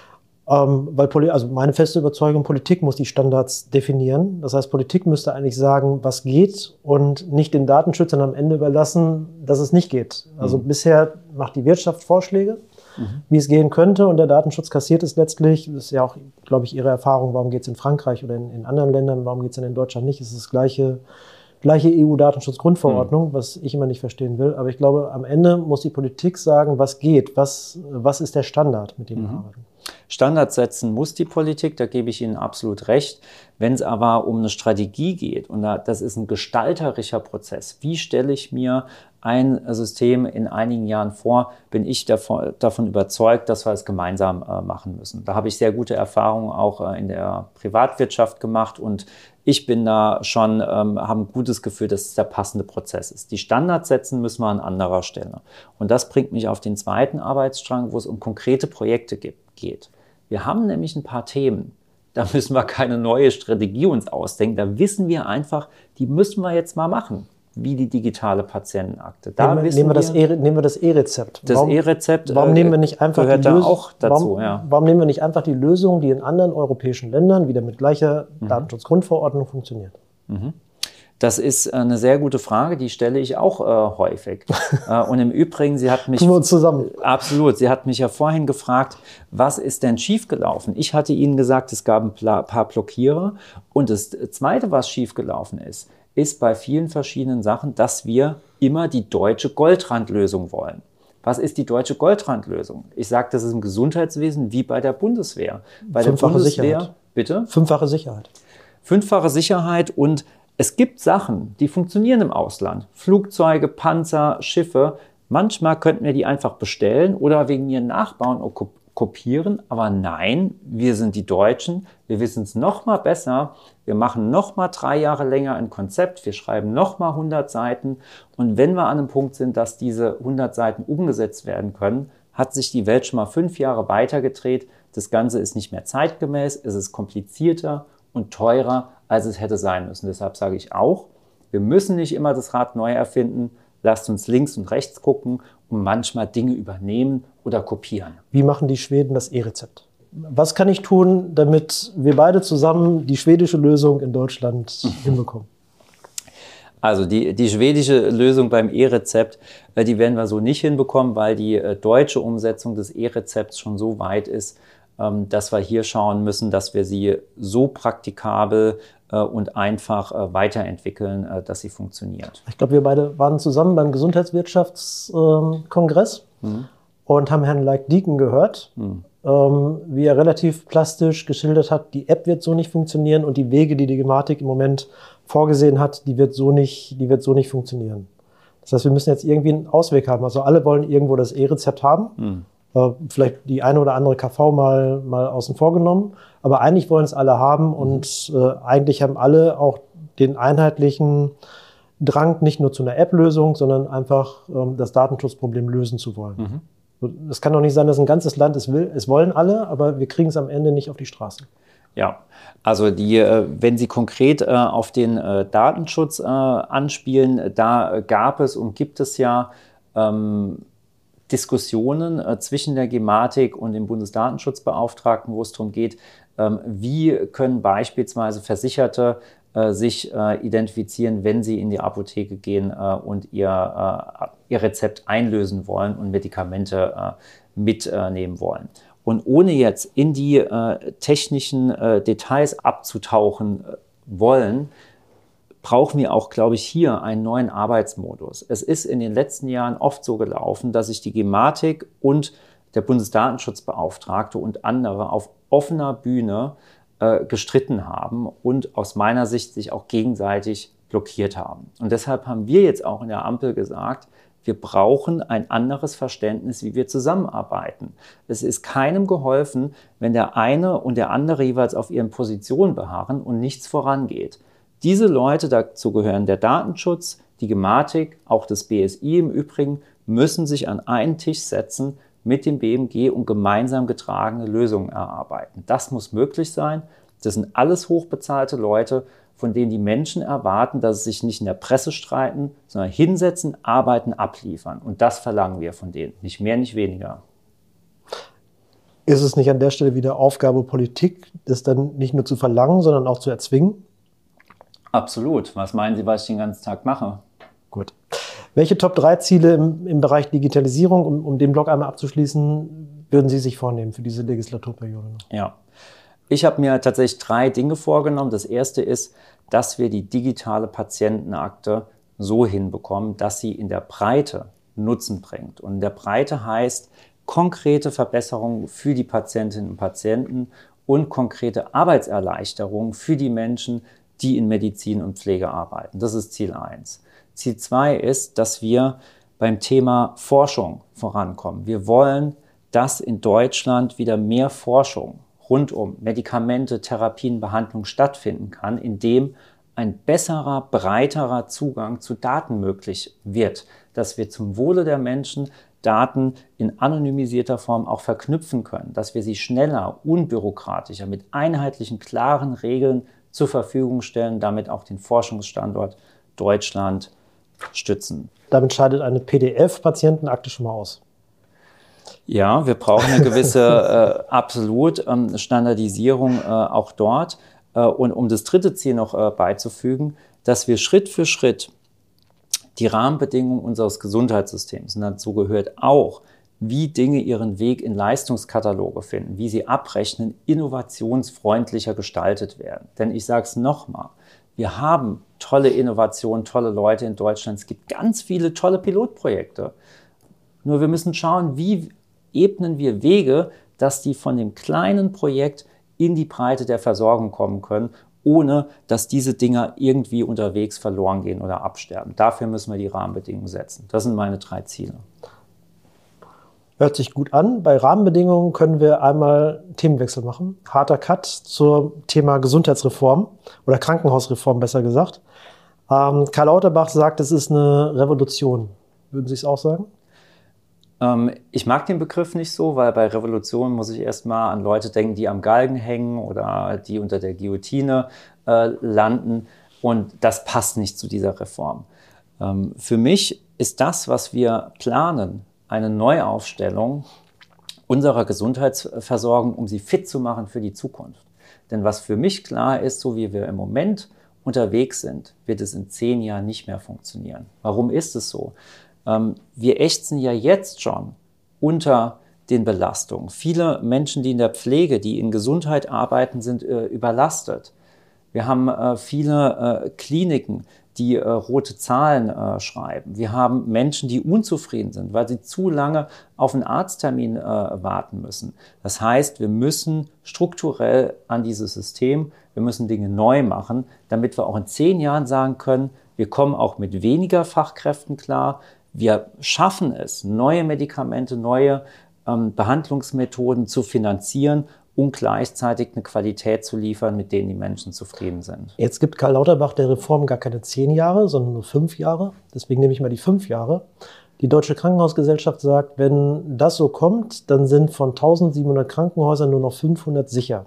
Ähm, weil, also meine feste Überzeugung, Politik muss die Standards definieren. Das heißt, Politik müsste eigentlich sagen, was geht und nicht den Datenschützern am Ende überlassen, dass es nicht geht. Also mhm. bisher macht die Wirtschaft Vorschläge, mhm. wie es gehen könnte und der Datenschutz kassiert es letztlich. Das ist ja auch, glaube ich, Ihre Erfahrung, warum geht es in Frankreich oder in, in anderen Ländern, warum geht es in Deutschland nicht? Es ist das gleiche, gleiche E U-Datenschutzgrundverordnung, mhm. was ich immer nicht verstehen will. Aber ich glaube, am Ende muss die Politik sagen, was geht, was, was ist der Standard, mit dem wir mhm. arbeiten. Standards setzen muss die Politik, da gebe ich Ihnen absolut recht. Wenn es aber um eine Strategie geht, und das ist ein gestalterischer Prozess, wie stelle ich mir ein System in einigen Jahren vor, bin ich davon, davon überzeugt, dass wir es gemeinsam äh, machen müssen. Da habe ich sehr gute Erfahrungen auch äh, in der Privatwirtschaft gemacht und ich bin da schon, ähm, habe ein gutes Gefühl, dass es der passende Prozess ist. Die Standards setzen müssen wir an anderer Stelle. Und das bringt mich auf den zweiten Arbeitsstrang, wo es um konkrete Projekte gibt, geht. Wir haben nämlich ein paar Themen, da müssen wir keine neue Strategie uns ausdenken, da wissen wir einfach, die müssen wir jetzt mal machen. Wie die digitale Patientenakte. Da nehmen, nehmen, wir das e, nehmen wir das E-Rezept. Das E-Rezept warum nehmen wir nicht einfach gehört die Lösung, da auch dazu. Warum, ja. warum nehmen wir nicht einfach die Lösung, die in anderen europäischen Ländern wieder mit gleicher mhm. Datenschutzgrundverordnung funktioniert? Mhm. Das ist eine sehr gute Frage, die stelle ich auch äh, häufig. äh, und im Übrigen, sie hat mich... Tun wir uns zusammen. Absolut. Sie hat mich ja vorhin gefragt, was ist denn schiefgelaufen? Ich hatte Ihnen gesagt, es gab ein paar Blockierer. Und das Zweite, was schiefgelaufen ist, ist bei vielen verschiedenen Sachen, dass wir immer die deutsche Goldrandlösung wollen. Was ist die deutsche Goldrandlösung? Ich sage, das ist im Gesundheitswesen wie bei der Bundeswehr. Bei Fünffache der Bundeswehr, Sicherheit. Bitte? Fünffache Sicherheit. Fünffache Sicherheit und es gibt Sachen, die funktionieren im Ausland. Flugzeuge, Panzer, Schiffe. Manchmal könnten wir die einfach bestellen oder wegen mir nachbauen und kopieren. Aber nein, wir sind die Deutschen. Wir wissen es noch mal besser. Wir machen noch mal drei Jahre länger ein Konzept. Wir schreiben noch mal hundert Seiten. Und wenn wir an einem Punkt sind, dass diese hundert Seiten umgesetzt werden können, hat sich die Welt schon mal fünf Jahre weitergedreht. Das Ganze ist nicht mehr zeitgemäß. Es ist komplizierter und teurer, als es hätte sein müssen. Deshalb sage ich auch, wir müssen nicht immer das Rad neu erfinden. Lasst uns links und rechts gucken und manchmal Dinge übernehmen oder kopieren. Wie machen die Schweden das E-Rezept? Was kann ich tun, damit wir beide zusammen die schwedische Lösung in Deutschland hinbekommen? Also die, die schwedische Lösung beim E-Rezept, äh, die werden wir so nicht hinbekommen, weil die äh, deutsche Umsetzung des E-Rezepts schon so weit ist, ähm, dass wir hier schauen müssen, dass wir sie so praktikabel äh, und einfach äh, weiterentwickeln, äh, dass sie funktioniert. Ich glaube, wir beide waren zusammen beim Gesundheitswirtschaftskongress mhm. und haben Herrn Leik-Dieken gehört, mhm. ähm, wie er relativ plastisch geschildert hat, die App wird so nicht funktionieren und die Wege, die die Gematik im Moment vorgesehen hat, die wird so nicht, die wird so nicht funktionieren. Das heißt, wir müssen jetzt irgendwie einen Ausweg haben. Also alle wollen irgendwo das E-Rezept haben. Mhm. Äh, vielleicht die eine oder andere K V mal, mal außen vor genommen. Aber eigentlich wollen es alle haben mhm. und äh, eigentlich haben alle auch den einheitlichen Drang, nicht nur zu einer App-Lösung, sondern einfach ähm, das Datenschutzproblem lösen zu wollen. Mhm. Es kann doch nicht sein, dass ein ganzes Land es will. Es wollen alle, aber wir kriegen es am Ende nicht auf die Straße. Ja, also die, wenn Sie konkret äh, auf den äh, Datenschutz äh, anspielen, da gab es und gibt es ja ähm, Diskussionen äh, zwischen der Gematik und dem Bundesdatenschutzbeauftragten, wo es darum geht, ähm, wie können beispielsweise Versicherte äh, sich äh, identifizieren, wenn sie in die Apotheke gehen äh, und ihr, äh, ihr Rezept einlösen wollen und Medikamente äh, mitnehmen äh, wollen. Und ohne jetzt in die äh, technischen äh, Details abzutauchen äh, wollen, brauchen wir auch, glaube ich, hier einen neuen Arbeitsmodus. Es ist in den letzten Jahren oft so gelaufen, dass sich die Gematik und der Bundesdatenschutzbeauftragte und andere auf offener Bühne äh, gestritten haben und aus meiner Sicht sich auch gegenseitig blockiert haben. Und deshalb haben wir jetzt auch in der Ampel gesagt, wir brauchen ein anderes Verständnis, wie wir zusammenarbeiten. Es ist keinem geholfen, wenn der eine und der andere jeweils auf ihren Positionen beharren und nichts vorangeht. Diese Leute, dazu gehören der Datenschutz, die Gematik, auch das B S I im Übrigen, müssen sich an einen Tisch setzen mit dem B M G und gemeinsam getragene Lösungen erarbeiten. Das muss möglich sein. Das sind alles hochbezahlte Leute, von denen die Menschen erwarten, dass sie sich nicht in der Presse streiten, sondern hinsetzen, arbeiten, abliefern. Und das verlangen wir von denen. Nicht mehr, nicht weniger. Ist es nicht an der Stelle wieder Aufgabe Politik, das dann nicht nur zu verlangen, sondern auch zu erzwingen? Absolut. Was meinen Sie, was ich den ganzen Tag mache? Gut. Welche Top drei Ziele im, im Bereich Digitalisierung, um, um den Blog einmal abzuschließen, würden Sie sich vornehmen für diese Legislaturperiode? Ja. Ich habe mir tatsächlich drei Dinge vorgenommen. Das erste ist, dass wir die digitale Patientenakte so hinbekommen, dass sie in der Breite Nutzen bringt. Und in der Breite heißt konkrete Verbesserungen für die Patientinnen und Patienten und konkrete Arbeitserleichterungen für die Menschen, die in Medizin und Pflege arbeiten. Das ist Ziel eins. Ziel zwei ist, dass wir beim Thema Forschung vorankommen. Wir wollen, dass in Deutschland wieder mehr Forschung rund um Medikamente, Therapien, Behandlung stattfinden kann, indem ein besserer, breiterer Zugang zu Daten möglich wird, dass wir zum Wohle der Menschen Daten in anonymisierter Form auch verknüpfen können, dass wir sie schneller, unbürokratischer, mit einheitlichen, klaren Regeln zur Verfügung stellen, damit auch den Forschungsstandort Deutschland stützen. Damit scheidet eine P D F-Patientenakte schon mal aus. Ja, wir brauchen eine gewisse äh, absolut ähm, Standardisierung äh, auch dort. Äh, und um das dritte Ziel noch äh, beizufügen, dass wir Schritt für Schritt die Rahmenbedingungen unseres Gesundheitssystems, und dazu gehört auch, wie Dinge ihren Weg in Leistungskataloge finden, wie sie abrechnen, innovationsfreundlicher gestaltet werden. Denn ich sage es nochmal, wir haben tolle Innovationen, tolle Leute in Deutschland. Es gibt ganz viele tolle Pilotprojekte. Nur wir müssen schauen, wie ebnen wir Wege, dass die von dem kleinen Projekt in die Breite der Versorgung kommen können, ohne dass diese Dinger irgendwie unterwegs verloren gehen oder absterben. Dafür müssen wir die Rahmenbedingungen setzen. Das sind meine drei Ziele. Hört sich gut an. Bei Rahmenbedingungen können wir einmal Themenwechsel machen. Harter Cut zum Thema Gesundheitsreform oder Krankenhausreform, besser gesagt. Ähm, Karl Lauterbach sagt, es ist eine Revolution. Würden Sie es auch sagen? Ich mag den Begriff nicht so, weil bei Revolution muss ich erstmal an Leute denken, die am Galgen hängen oder die unter der Guillotine äh, landen. Und das passt nicht zu dieser Reform. Ähm, für mich ist das, was wir planen, eine Neuaufstellung unserer Gesundheitsversorgung, um sie fit zu machen für die Zukunft. Denn was für mich klar ist, so wie wir im Moment unterwegs sind, wird es in zehn Jahren nicht mehr funktionieren. Warum ist es so? Ähm, wir ächzen ja jetzt schon unter den Belastungen. Viele Menschen, die in der Pflege, die in Gesundheit arbeiten, sind äh, überlastet. Wir haben äh, viele äh, Kliniken, die äh, rote Zahlen äh, schreiben. Wir haben Menschen, die unzufrieden sind, weil sie zu lange auf einen Arzttermin äh, warten müssen. Das heißt, wir müssen strukturell an dieses System, wir müssen Dinge neu machen, damit wir auch in zehn Jahren sagen können, wir kommen auch mit weniger Fachkräften klar. Wir schaffen es, neue Medikamente, neue ähm, Behandlungsmethoden zu finanzieren und gleichzeitig eine Qualität zu liefern, mit denen die Menschen zufrieden sind. Jetzt gibt Karl Lauterbach der Reform gar keine zehn Jahre, sondern nur fünf Jahre. Deswegen nehme ich mal die fünf Jahre. Die Deutsche Krankenhausgesellschaft sagt, wenn das so kommt, dann sind von eintausendsiebenhundert Krankenhäusern nur noch fünfhundert sicher.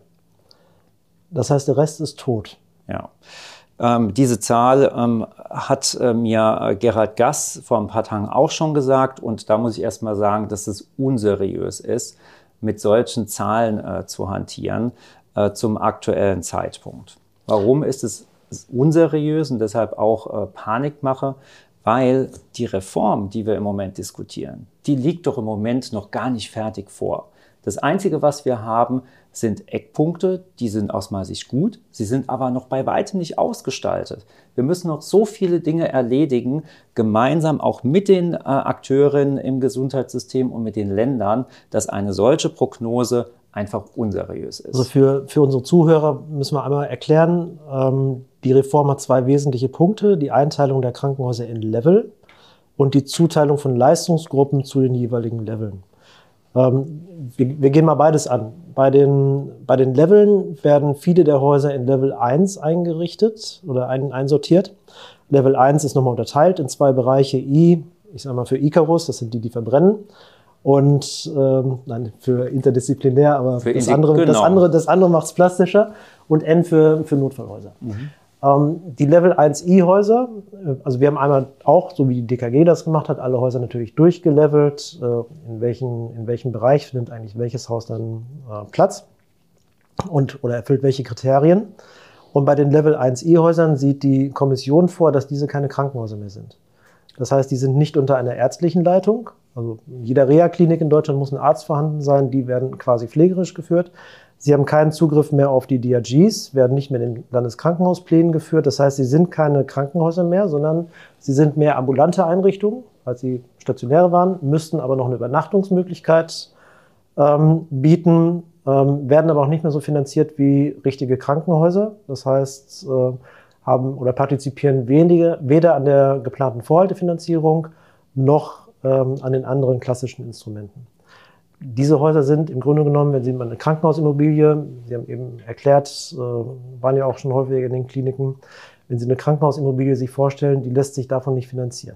Das heißt, der Rest ist tot. Ja. Ähm, diese Zahl ähm, hat äh, mir Gerhard Gass vor ein paar Tagen auch schon gesagt. Und da muss ich erst mal sagen, dass es unseriös ist, mit solchen Zahlen äh, zu hantieren äh, zum aktuellen Zeitpunkt. Warum ist es unseriös und deshalb auch äh, Panikmache? Weil die Reform, die wir im Moment diskutieren, die liegt doch im Moment noch gar nicht fertig vor. Das Einzige, was wir haben, sind Eckpunkte, die sind aus meiner Sicht gut, sie sind aber noch bei weitem nicht ausgestaltet. Wir müssen noch so viele Dinge erledigen, gemeinsam auch mit den äh, Akteuren im Gesundheitssystem und mit den Ländern, dass eine solche Prognose einfach unseriös ist. Also für, für unsere Zuhörer müssen wir einmal erklären, ähm, die Reform hat zwei wesentliche Punkte, die Einteilung der Krankenhäuser in Level und die Zuteilung von Leistungsgruppen zu den jeweiligen Leveln. Ähm, wir, wir gehen mal beides an. Bei den, bei den Leveln werden viele der Häuser in Level eins eingerichtet oder ein, einsortiert. Level eins ist nochmal unterteilt in zwei Bereiche. I, ich sage mal für Icarus, das sind die, die verbrennen. Und, ähm, nein, für interdisziplinär, aber für das, andere, genau. das andere, das andere macht es plastischer. Und N für, für Notfallhäuser. Mhm. Ähm, die Level eins I-Häuser, also wir haben einmal auch, so wie die D K G das gemacht hat, alle Häuser natürlich durchgelevelt, äh, in, welchen, in welchem Bereich nimmt eigentlich welches Haus dann äh, Platz und, oder erfüllt welche Kriterien. Und bei den Level eins I-Häusern sieht die Kommission vor, dass diese keine Krankenhäuser mehr sind. Das heißt, die sind nicht unter einer ärztlichen Leitung. Also in jeder Reha-Klinik in Deutschland muss ein Arzt vorhanden sein, die werden quasi pflegerisch geführt. Sie haben keinen Zugriff mehr auf die D R Gs, werden nicht mehr in den Landeskrankenhausplänen geführt. Das heißt, sie sind keine Krankenhäuser mehr, sondern sie sind mehr ambulante Einrichtungen, als sie stationäre waren, müssten aber noch eine Übernachtungsmöglichkeit ähm, bieten, ähm, werden aber auch nicht mehr so finanziert wie richtige Krankenhäuser. Das heißt, äh, haben oder partizipieren wenige, weder an der geplanten Vorhaltefinanzierung noch ähm, an den anderen klassischen Instrumenten. Diese Häuser sind im Grunde genommen, wenn Sie mal eine Krankenhausimmobilie, Sie haben eben erklärt, äh, waren ja auch schon häufiger in den Kliniken, wenn Sie eine Krankenhausimmobilie sich vorstellen, die lässt sich davon nicht finanzieren.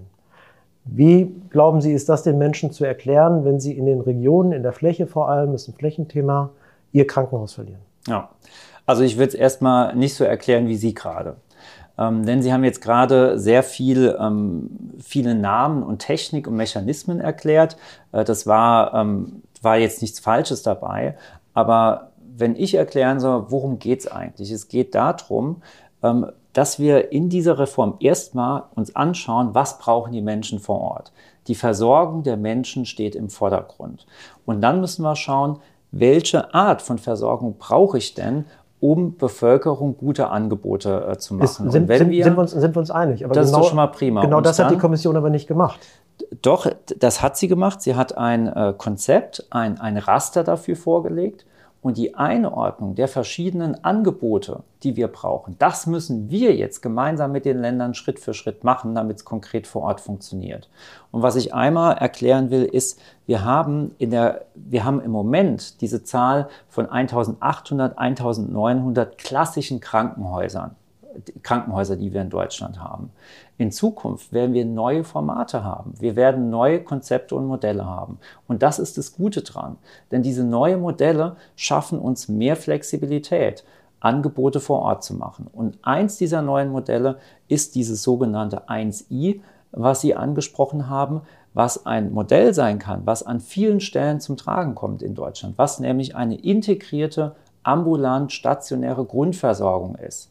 Wie, glauben Sie, ist das den Menschen zu erklären, wenn sie in den Regionen, in der Fläche vor allem, das ist ein Flächenthema, ihr Krankenhaus verlieren? Ja, also ich würde es erstmal nicht so erklären wie Sie gerade. Ähm, denn Sie haben jetzt gerade sehr viel, ähm, viele Namen und Technik und Mechanismen erklärt. Äh, das war, ähm, war jetzt nichts Falsches dabei. Aber wenn ich erklären soll, worum geht es eigentlich? Es geht darum, ähm, dass wir in dieser Reform erstmal uns anschauen, was brauchen die Menschen vor Ort. Die Versorgung der Menschen steht im Vordergrund. Und dann müssen wir schauen, welche Art von Versorgung brauche ich denn, um Bevölkerung gute Angebote äh, zu machen. Ist, sind, wenn sind, wir, sind, wir uns, sind wir uns einig. Aber das genau, ist doch schon mal prima. Genau Und das dann, hat die Kommission aber nicht gemacht. Doch, das hat sie gemacht. Sie hat ein äh, Konzept, ein, ein Raster dafür vorgelegt. Und die Einordnung der verschiedenen Angebote, die wir brauchen, das müssen wir jetzt gemeinsam mit den Ländern Schritt für Schritt machen, damit es konkret vor Ort funktioniert. Und was ich einmal erklären will, ist, wir haben, in der, wir haben im Moment diese Zahl von eintausendachthundert, eintausendneunhundert klassischen Krankenhäusern, Krankenhäuser, die wir in Deutschland haben. In Zukunft werden wir neue Formate haben. Wir werden neue Konzepte und Modelle haben. Und das ist das Gute dran. Denn diese neuen Modelle schaffen uns mehr Flexibilität, Angebote vor Ort zu machen. Und eins dieser neuen Modelle ist dieses sogenannte eins I, was Sie angesprochen haben, was ein Modell sein kann, was an vielen Stellen zum Tragen kommt in Deutschland, was nämlich eine integrierte ambulant stationäre Grundversorgung ist.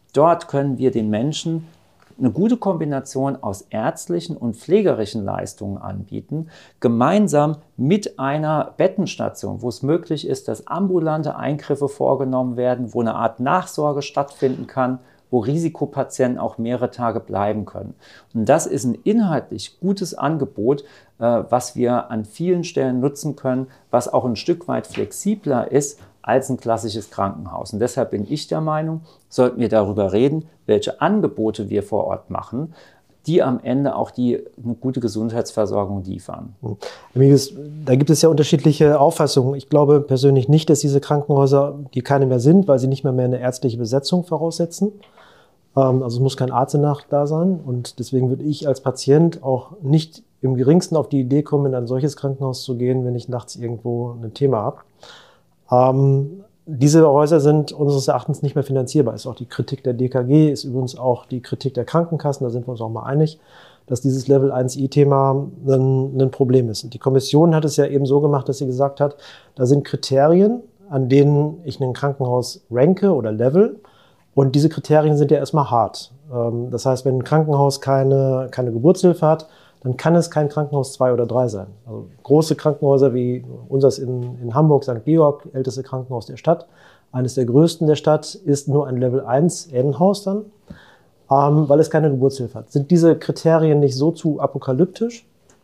Dort können wir den Menschen eine gute Kombination aus ärztlichen und pflegerischen Leistungen anbieten, gemeinsam mit einer Bettenstation, wo es möglich ist, dass ambulante Eingriffe vorgenommen werden, wo eine Art Nachsorge stattfinden kann, wo Risikopatienten auch mehrere Tage bleiben können. Und das ist ein inhaltlich gutes Angebot, äh, was wir an vielen Stellen nutzen können, was auch ein Stück weit flexibler ist als ein klassisches Krankenhaus. Und deshalb bin ich der Meinung, sollten wir darüber reden, welche Angebote wir vor Ort machen, die am Ende auch die eine gute Gesundheitsversorgung liefern. Da gibt es ja unterschiedliche Auffassungen. Ich glaube persönlich nicht, dass diese Krankenhäuser, die keine mehr sind, weil sie nicht mehr, mehr eine ärztliche Besetzung voraussetzen. Also es muss kein Arzt danach da sein. Und deswegen würde ich als Patient auch nicht im geringsten auf die Idee kommen, in ein solches Krankenhaus zu gehen, wenn ich nachts irgendwo ein Thema habe. Ähm, diese Häuser sind unseres Erachtens nicht mehr finanzierbar. Ist auch die Kritik der D K G, ist übrigens auch die Kritik der Krankenkassen, da sind wir uns auch mal einig, dass dieses Level eins I Thema ein, ein Problem ist. Und die Kommission hat es ja eben so gemacht, dass sie gesagt hat, da sind Kriterien, an denen ich ein Krankenhaus ranke oder level. Und diese Kriterien sind ja erstmal hart. Ähm, das heißt, wenn ein Krankenhaus keine, keine Geburtshilfe hat, dann kann es kein Krankenhaus zwei oder drei sein. Also große Krankenhäuser wie unseres in, in Hamburg, Sankt Georg, älteste Krankenhaus der Stadt, eines der größten der Stadt, ist nur ein Level eins N-Haus dann, ähm, weil es keine Geburtshilfe hat. Sind diese Kriterien nicht so zu apokalyptisch?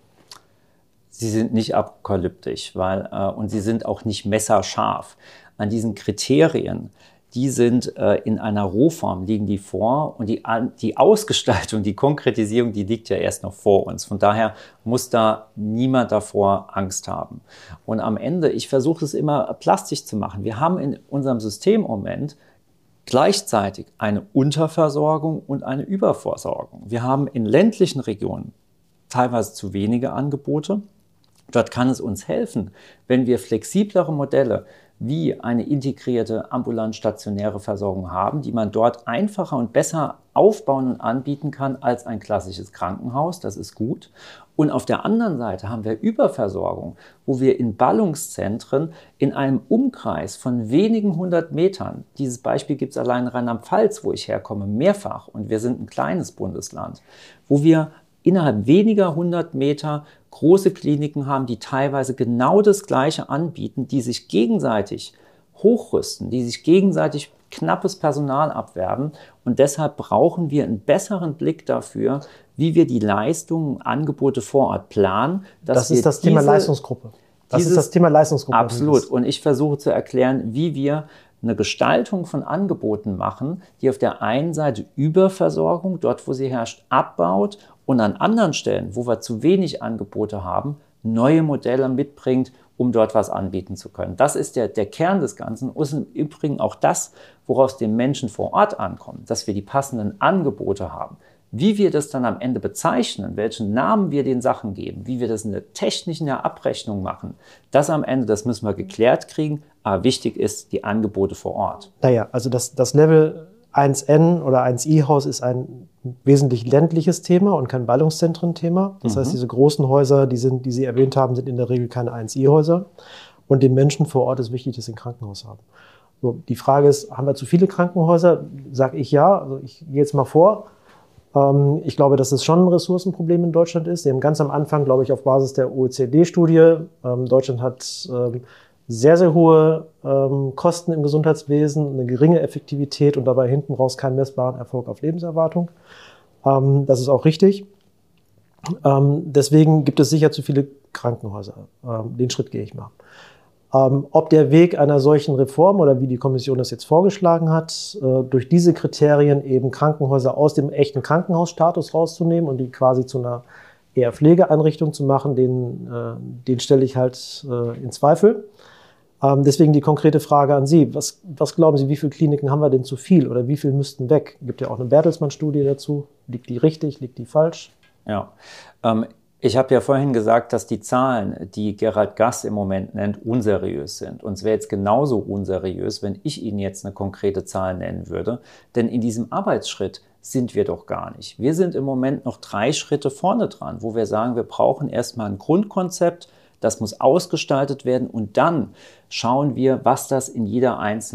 Sie sind nicht apokalyptisch, weil, äh, und sie sind auch nicht messerscharf. An diesen Kriterien, die sind äh, in einer Rohform, liegen die vor, und die, die Ausgestaltung, die Konkretisierung, die liegt ja erst noch vor uns. Von daher muss da niemand davor Angst haben. Und am Ende, ich versuche es immer plastisch zu machen. Wir haben in unserem System im Moment gleichzeitig eine Unterversorgung und eine Überversorgung. Wir haben in ländlichen Regionen teilweise zu wenige Angebote. Dort kann es uns helfen, wenn wir flexiblere Modelle wie eine integrierte ambulant-stationäre Versorgung haben, die man dort einfacher und besser aufbauen und anbieten kann als ein klassisches Krankenhaus. Das ist gut. Und auf der anderen Seite haben wir Überversorgung, wo wir in Ballungszentren in einem Umkreis von wenigen hundert Metern, dieses Beispiel gibt es allein in Rheinland-Pfalz, wo ich herkomme, mehrfach, und wir sind ein kleines Bundesland, wo wir innerhalb weniger hundert Meter große Kliniken haben, die teilweise genau das Gleiche anbieten, die sich gegenseitig hochrüsten, die sich gegenseitig knappes Personal abwerben. Und deshalb brauchen wir einen besseren Blick dafür, wie wir die Leistungen, Angebote vor Ort planen. Dass das ist wir das diese, Thema Leistungsgruppe. Das dieses, ist das Thema Leistungsgruppe. Absolut. Und ich versuche zu erklären, wie wir eine Gestaltung von Angeboten machen, die auf der einen Seite Überversorgung, dort wo sie herrscht, abbaut, und an anderen Stellen, wo wir zu wenig Angebote haben, neue Modelle mitbringt, um dort was anbieten zu können. Das ist der, der Kern des Ganzen und im Übrigen auch das, woraus den Menschen vor Ort ankommt, dass wir die passenden Angebote haben. Wie wir das dann am Ende bezeichnen, welchen Namen wir den Sachen geben, wie wir das in der technischen Abrechnung machen, das am Ende, das müssen wir geklärt kriegen. Aber wichtig ist die Angebote vor Ort. Naja, also das, das Level eins N oder eins I Haus ist ein wesentlich ländliches Thema und kein Ballungszentren-Thema. Das mhm. heißt, diese großen Häuser, die, sind, die Sie erwähnt haben, sind in der Regel keine eins I Häuser. Und den Menschen vor Ort ist wichtig, dass sie ein Krankenhaus haben. So, die Frage ist, haben wir zu viele Krankenhäuser? Sage ich ja. Also ich gehe jetzt mal vor. Ähm, ich glaube, dass es schon ein Ressourcenproblem in Deutschland ist. Sie haben ganz am Anfang, glaube ich, auf Basis der O E C D-Studie, ähm, Deutschland hat ähm, sehr, sehr hohe ähm, Kosten im Gesundheitswesen, eine geringe Effektivität und dabei hinten raus keinen messbaren Erfolg auf Lebenserwartung. Ähm, das ist auch richtig. Ähm, deswegen gibt es sicher zu viele Krankenhäuser. Ähm, den Schritt gehe ich mal. Ähm, ob der Weg einer solchen Reform oder wie die Kommission das jetzt vorgeschlagen hat, äh, durch diese Kriterien eben Krankenhäuser aus dem echten Krankenhausstatus rauszunehmen und die quasi zu einer eher Pflegeeinrichtung zu machen, den, äh, den stelle ich halt äh, in Zweifel. Ähm, deswegen die konkrete Frage an Sie. Was, was glauben Sie, wie viele Kliniken haben wir denn zu viel oder wie viele müssten weg? Gibt ja auch eine Bertelsmann-Studie dazu. Liegt die richtig, liegt die falsch? Ja, ähm, ich habe ja vorhin gesagt, dass die Zahlen, die Gerald Gass im Moment nennt, unseriös sind. Und es wäre jetzt genauso unseriös, wenn ich Ihnen jetzt eine konkrete Zahl nennen würde. Denn in diesem Arbeitsschritt sind wir doch gar nicht. Wir sind im Moment noch drei Schritte vorne dran, wo wir sagen, wir brauchen erstmal ein Grundkonzept, das muss ausgestaltet werden und dann schauen wir, was das in jeder einzelnen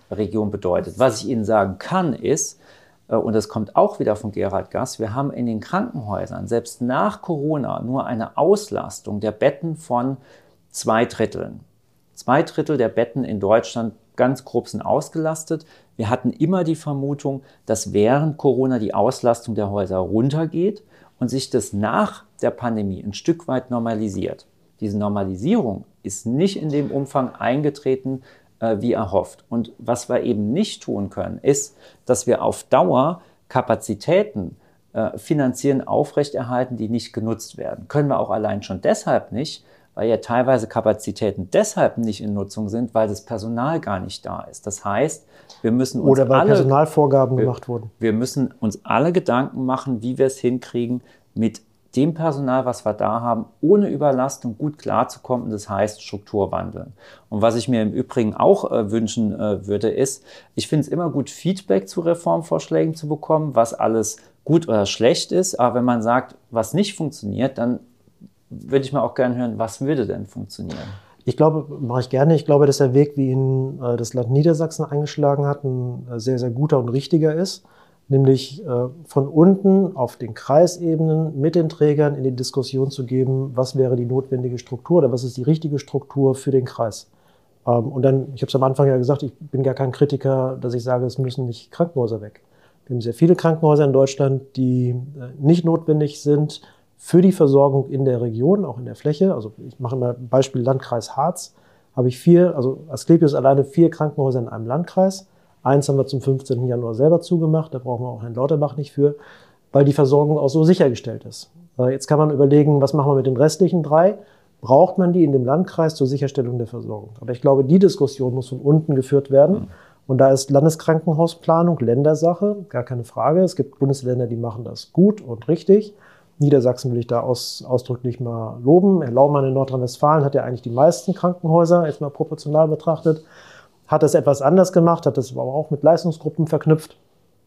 Region bedeutet. Was ich Ihnen sagen kann, ist, und das kommt auch wieder von Gerhard Gass, wir haben in den Krankenhäusern selbst nach Corona nur eine Auslastung der Betten von zwei Dritteln. Zwei Drittel der Betten in Deutschland ganz grob sind ausgelastet. Wir hatten immer die Vermutung, dass während Corona die Auslastung der Häuser runtergeht und sich das nach der Pandemie ein Stück weit normalisiert. Diese Normalisierung ist nicht in dem Umfang eingetreten, äh, wie erhofft. Und was wir eben nicht tun können, ist, dass wir auf Dauer Kapazitäten äh, finanzieren, aufrechterhalten, die nicht genutzt werden. Können wir auch allein schon deshalb nicht, weil ja teilweise Kapazitäten deshalb nicht in Nutzung sind, weil das Personal gar nicht da ist. Das heißt, wir müssen uns Oder weil alle, Personalvorgaben gemacht wurden. Wir müssen uns alle Gedanken machen, wie wir es hinkriegen, mit dem Personal, was wir da haben, ohne Überlastung gut klarzukommen. Das heißt Struktur wandeln. Und was ich mir im Übrigen auch äh, wünschen äh, würde, ist, ich finde es immer gut, Feedback zu Reformvorschlägen zu bekommen, was alles gut oder schlecht ist. Aber wenn man sagt, was nicht funktioniert, dann würde ich mal auch gerne hören, was würde denn funktionieren? Ich glaube, mache ich gerne. Ich glaube, dass der Weg, wie ihn äh, das Land Niedersachsen eingeschlagen hat, ein äh, sehr, sehr guter und richtiger ist. Nämlich äh, von unten auf den Kreisebenen mit den Trägern in die Diskussion zu geben, was wäre die notwendige Struktur oder was ist die richtige Struktur für den Kreis. Ähm, und dann, ich habe es am Anfang ja gesagt, ich bin gar kein Kritiker, dass ich sage, es müssen nicht Krankenhäuser weg. Wir haben sehr viele Krankenhäuser in Deutschland, die äh, nicht notwendig sind für die Versorgung in der Region, auch in der Fläche. Also ich mache mal ein Beispiel Landkreis Harz. Habe ich vier, also Asklepios alleine vier Krankenhäuser in einem Landkreis. Eins haben wir zum fünfzehnten Januar selber zugemacht, da brauchen wir auch Herrn Lauterbach nicht für, weil die Versorgung auch so sichergestellt ist. Jetzt kann man überlegen, was machen wir mit den restlichen drei? Braucht man die in dem Landkreis zur Sicherstellung der Versorgung? Aber ich glaube, die Diskussion muss von unten geführt werden. Mhm. Und da ist Landeskrankenhausplanung Ländersache, gar keine Frage. Es gibt Bundesländer, die machen das gut und richtig. Niedersachsen will ich da aus, ausdrücklich mal loben. Herr Laumann in Nordrhein-Westfalen hat ja eigentlich die meisten Krankenhäuser, jetzt mal proportional betrachtet. Hat das etwas anders gemacht, hat das aber auch mit Leistungsgruppen verknüpft,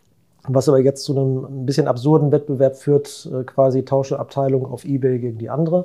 was aber jetzt zu einem ein bisschen absurden Wettbewerb führt, quasi tausche Abteilung auf eBay gegen die andere.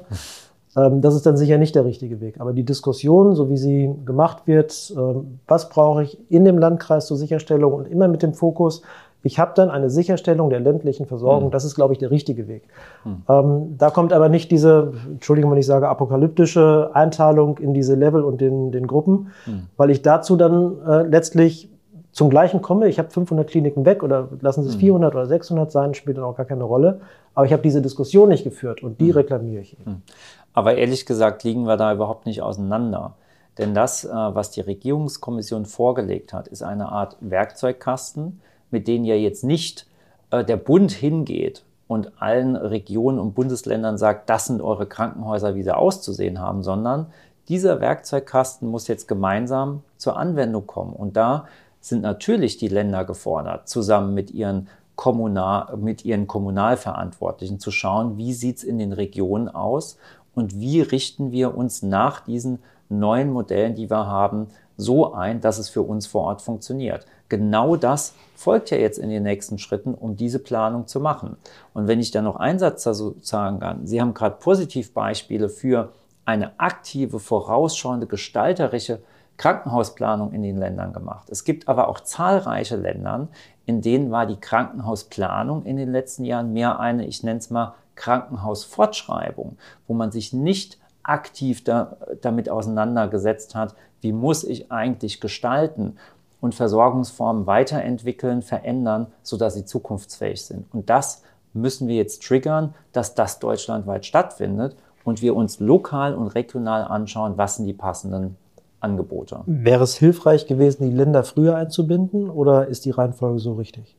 Das ist dann sicher nicht der richtige Weg. Aber die Diskussion, so wie sie gemacht wird, was brauche ich in dem Landkreis zur Sicherstellung und immer mit dem Fokus, ich habe dann eine Sicherstellung der ländlichen Versorgung. Mhm. Das ist, glaube ich, der richtige Weg. Mhm. Ähm, da kommt aber nicht diese, Entschuldigung, wenn ich sage, apokalyptische Einteilung in diese Level und den, den Gruppen, mhm. weil ich dazu dann äh, letztlich zum Gleichen komme. Ich habe fünfhundert Kliniken weg oder lassen Sie es mhm. vierhundert oder sechshundert sein, spielt dann auch gar keine Rolle. Aber ich habe diese Diskussion nicht geführt und die mhm. reklamiere ich. Mhm. Aber ehrlich gesagt liegen wir da überhaupt nicht auseinander. Denn das, äh, was die Regierungskommission vorgelegt hat, ist eine Art Werkzeugkasten, mit denen ja jetzt nicht äh, der Bund hingeht und allen Regionen und Bundesländern sagt, das sind eure Krankenhäuser, wie sie auszusehen haben, sondern dieser Werkzeugkasten muss jetzt gemeinsam zur Anwendung kommen. Und da sind natürlich die Länder gefordert, zusammen mit ihren, Kommunal, mit ihren Kommunalverantwortlichen zu schauen, wie sieht es in den Regionen aus und wie richten wir uns nach diesen neuen Modellen, die wir haben, so ein, dass es für uns vor Ort funktioniert. Genau das folgt ja jetzt in den nächsten Schritten, um diese Planung zu machen. Und wenn ich dann noch einen Satz dazu sagen kann, Sie haben gerade Positivbeispiele für eine aktive, vorausschauende, gestalterische Krankenhausplanung in den Ländern gemacht. Es gibt aber auch zahlreiche Länder, in denen war die Krankenhausplanung in den letzten Jahren mehr eine, ich nenne es mal, Krankenhausfortschreibung, wo man sich nicht aktiv da, damit auseinandergesetzt hat, wie muss ich eigentlich gestalten und Versorgungsformen weiterentwickeln, verändern, sodass sie zukunftsfähig sind. Und das müssen wir jetzt triggern, dass das deutschlandweit stattfindet und wir uns lokal und regional anschauen, was sind die passenden Angebote. Wäre es hilfreich gewesen, die Länder früher einzubinden oder ist die Reihenfolge so richtig?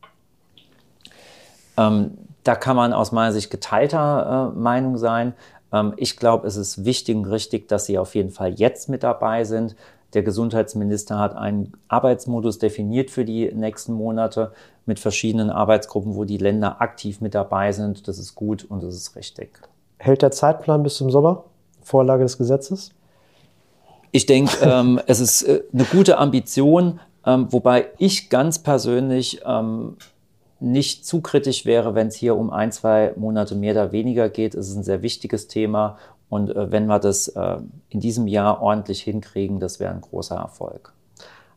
Ähm, da kann man aus meiner Sicht geteilter äh, Meinung sein. Ähm, ich glaube, es ist wichtig und richtig, dass sie auf jeden Fall jetzt mit dabei sind. Der Gesundheitsminister hat einen Arbeitsmodus definiert für die nächsten Monate mit verschiedenen Arbeitsgruppen, wo die Länder aktiv mit dabei sind. Das ist gut und das ist richtig. Hält der Zeitplan bis zum Sommer? Vorlage des Gesetzes? Ich denke, ähm, es ist äh, eine gute Ambition, ähm, wobei ich ganz persönlich ähm, nicht zu kritisch wäre, wenn es hier um ein, zwei Monate mehr oder weniger geht. Es ist ein sehr wichtiges Thema. Und äh, wenn wir das äh, in diesem Jahr ordentlich hinkriegen, das wäre ein großer Erfolg.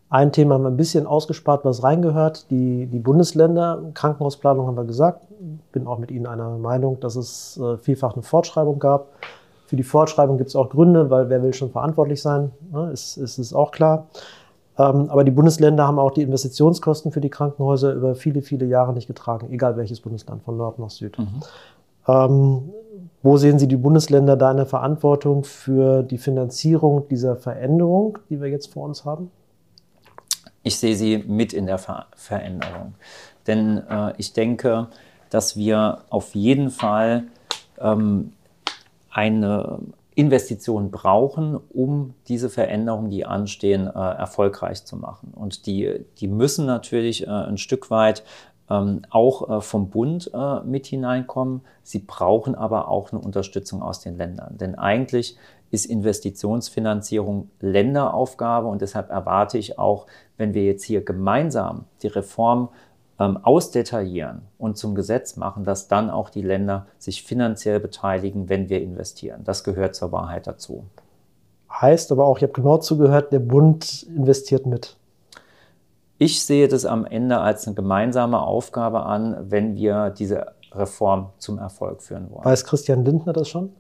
Ein Thema haben wir ein bisschen ausgespart, was reingehört. Die, die Bundesländer, Krankenhausplanung haben wir gesagt. Bin auch mit Ihnen einer Meinung, dass es äh, vielfach eine Fortschreibung gab. Für die Fortschreibung gibt es auch Gründe, weil wer will schon verantwortlich sein, ne, ist, ist, ist auch klar. Ähm, aber die Bundesländer haben auch die Investitionskosten für die Krankenhäuser über viele, viele Jahre nicht getragen, egal welches Bundesland, von Nord nach Süd. Mhm. Ähm, wo sehen Sie die Bundesländer da in der Verantwortung für die Finanzierung dieser Veränderung, die wir jetzt vor uns haben? Ich sehe sie mit in der Ver- Veränderung. Denn äh, ich denke, dass wir auf jeden Fall ähm, eine Investition brauchen, um diese Veränderungen, die anstehen, äh, erfolgreich zu machen. Und die, die müssen natürlich äh, ein Stück weit ähm, auch äh, vom Bund äh, mit hineinkommen. Sie brauchen aber auch eine Unterstützung aus den Ländern. Denn eigentlich ist Investitionsfinanzierung Länderaufgabe und deshalb erwarte ich auch, wenn wir jetzt hier gemeinsam die Reform ähm, ausdetaillieren und zum Gesetz machen, dass dann auch die Länder sich finanziell beteiligen, wenn wir investieren. Das gehört zur Wahrheit dazu. Heißt aber auch, ich habe genau zugehört, der Bund investiert mit. Ich sehe das am Ende als eine gemeinsame Aufgabe an, wenn wir diese Reform zum Erfolg führen wollen. Weiß Christian Lindner das schon?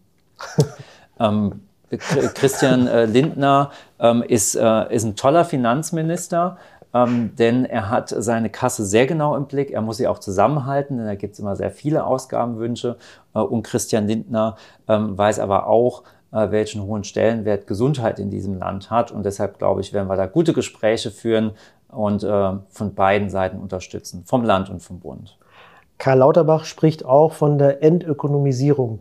ähm, Christian äh, Lindner ähm, ist, äh, ist ein toller Finanzminister, ähm, denn er hat seine Kasse sehr genau im Blick. Er muss sie auch zusammenhalten, denn da gibt es immer sehr viele Ausgabenwünsche. Äh, und Christian Lindner ähm, weiß aber auch, äh, welchen hohen Stellenwert Gesundheit in diesem Land hat. Und deshalb, glaube ich, werden wir da gute Gespräche führen und äh, von beiden Seiten unterstützen, vom Land und vom Bund. Karl Lauterbach spricht auch von der Entökonomisierung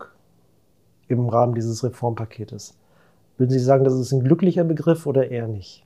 im Rahmen dieses Reformpaketes. Würden Sie sagen, das ist ein glücklicher Begriff oder eher nicht?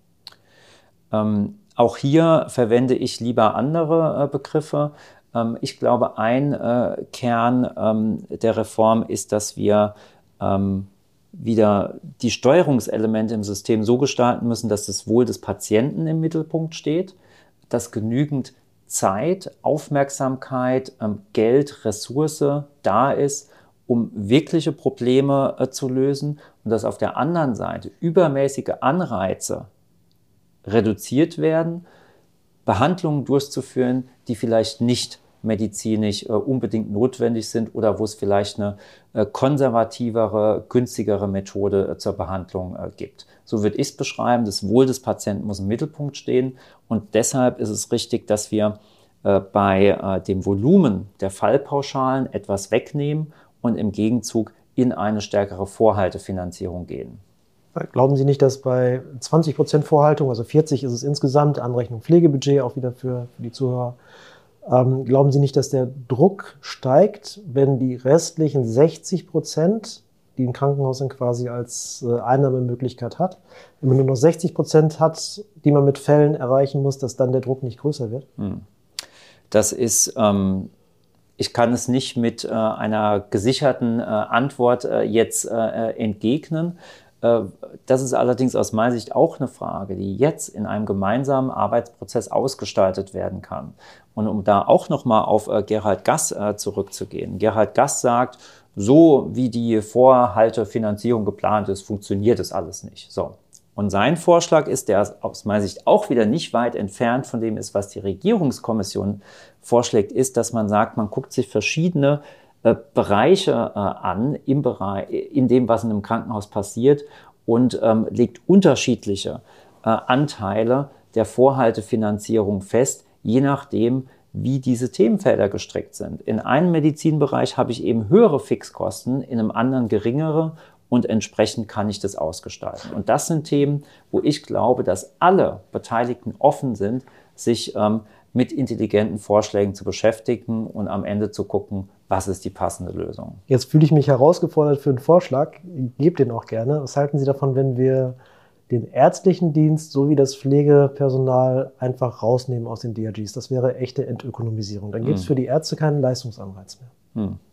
Ähm, auch hier verwende ich lieber andere äh, Begriffe. Ähm, ich glaube, ein äh, Kern ähm, der Reform ist, dass wir ähm, wieder die Steuerungselemente im System so gestalten müssen, dass das Wohl des Patienten im Mittelpunkt steht, dass genügend Zeit, Aufmerksamkeit, ähm, Geld, Ressource da ist, um wirkliche Probleme äh, zu lösen und dass auf der anderen Seite übermäßige Anreize reduziert werden, Behandlungen durchzuführen, die vielleicht nicht medizinisch äh, unbedingt notwendig sind oder wo es vielleicht eine äh, konservativere, günstigere Methode äh, zur Behandlung äh, gibt. So würde ich es beschreiben, das Wohl des Patienten muss im Mittelpunkt stehen und deshalb ist es richtig, dass wir äh, bei äh, dem Volumen der Fallpauschalen etwas wegnehmen und im Gegenzug in eine stärkere Vorhaltefinanzierung gehen. Glauben Sie nicht, dass bei zwanzig Prozent Vorhaltung, also vierzig ist es insgesamt, Anrechnung Pflegebudget auch wieder für, für die Zuhörer, ähm, glauben Sie nicht, dass der Druck steigt, wenn die restlichen sechzig Prozent, die ein Krankenhaus dann quasi als äh, Einnahmemöglichkeit hat, wenn man nur noch sechzig Prozent hat, die man mit Fällen erreichen muss, dass dann der Druck nicht größer wird? Das ist... Ähm Ich kann es nicht mit äh, einer gesicherten äh, Antwort äh, jetzt äh, entgegnen. Äh, das ist allerdings aus meiner Sicht auch eine Frage, die jetzt in einem gemeinsamen Arbeitsprozess ausgestaltet werden kann. Und um da auch nochmal auf äh, Gerhard Gass äh, zurückzugehen. Gerhard Gass sagt, so wie die Vorhaltefinanzierung geplant ist, funktioniert das alles nicht. So. Und sein Vorschlag ist, der aus meiner Sicht auch wieder nicht weit entfernt von dem ist, was die Regierungskommission vorschlägt, ist, dass man sagt, man guckt sich verschiedene äh, Bereiche äh, an, im Bereich, in dem, was in einem Krankenhaus passiert und ähm, legt unterschiedliche äh, Anteile der Vorhaltefinanzierung fest, je nachdem, wie diese Themenfelder gestrickt sind. In einem Medizinbereich habe ich eben höhere Fixkosten, in einem anderen geringere. Und entsprechend kann ich das ausgestalten. Und das sind Themen, wo ich glaube, dass alle Beteiligten offen sind, sich ähm, mit intelligenten Vorschlägen zu beschäftigen und am Ende zu gucken, was ist die passende Lösung. Jetzt fühle ich mich herausgefordert für einen Vorschlag. Ich gebe den auch gerne. Was halten Sie davon, wenn wir den ärztlichen Dienst sowie das Pflegepersonal einfach rausnehmen aus den D R Gs? Das wäre echte Entökonomisierung. Dann gibt es hm. für die Ärzte keinen Leistungsanreiz mehr. Hm.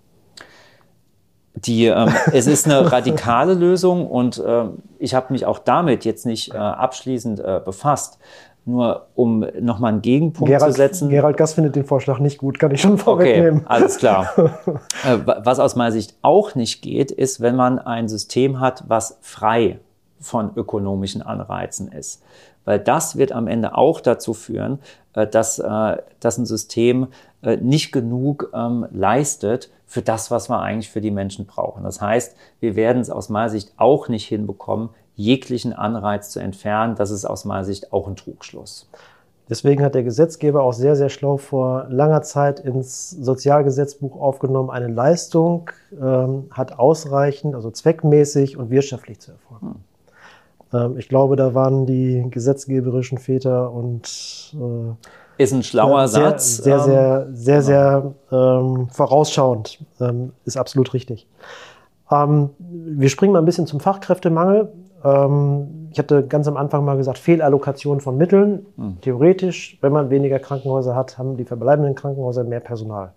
Die, ähm, es ist eine radikale Lösung und äh, ich habe mich auch damit jetzt nicht äh, abschließend äh, befasst. Nur um nochmal einen Gegenpunkt Gerald, zu setzen. Gerald Gass findet den Vorschlag nicht gut, kann ich schon vorwegnehmen. Okay, alles klar. äh, was aus meiner Sicht auch nicht geht, ist, wenn man ein System hat, was frei von ökonomischen Anreizen ist. Weil das wird am Ende auch dazu führen, dass, dass ein System nicht genug ähm, leistet für das, was wir eigentlich für die Menschen brauchen. Das heißt, wir werden es aus meiner Sicht auch nicht hinbekommen, jeglichen Anreiz zu entfernen. Das ist aus meiner Sicht auch ein Trugschluss. Deswegen hat der Gesetzgeber auch sehr, sehr schlau vor langer Zeit ins Sozialgesetzbuch aufgenommen, eine Leistung ähm, hat ausreichend, also zweckmäßig und wirtschaftlich zu erfolgen. Hm. Ähm, ich glaube, da waren die gesetzgeberischen Väter und äh, ist ein schlauer sehr, Satz. Sehr, sehr, sehr, sehr, sehr ähm, vorausschauend, ähm, ist absolut richtig. Ähm, wir springen mal ein bisschen zum Fachkräftemangel. Ähm, ich hatte ganz am Anfang mal gesagt, Fehlallokation von Mitteln. Hm. Theoretisch, wenn man weniger Krankenhäuser hat, haben die verbleibenden Krankenhäuser mehr Personal.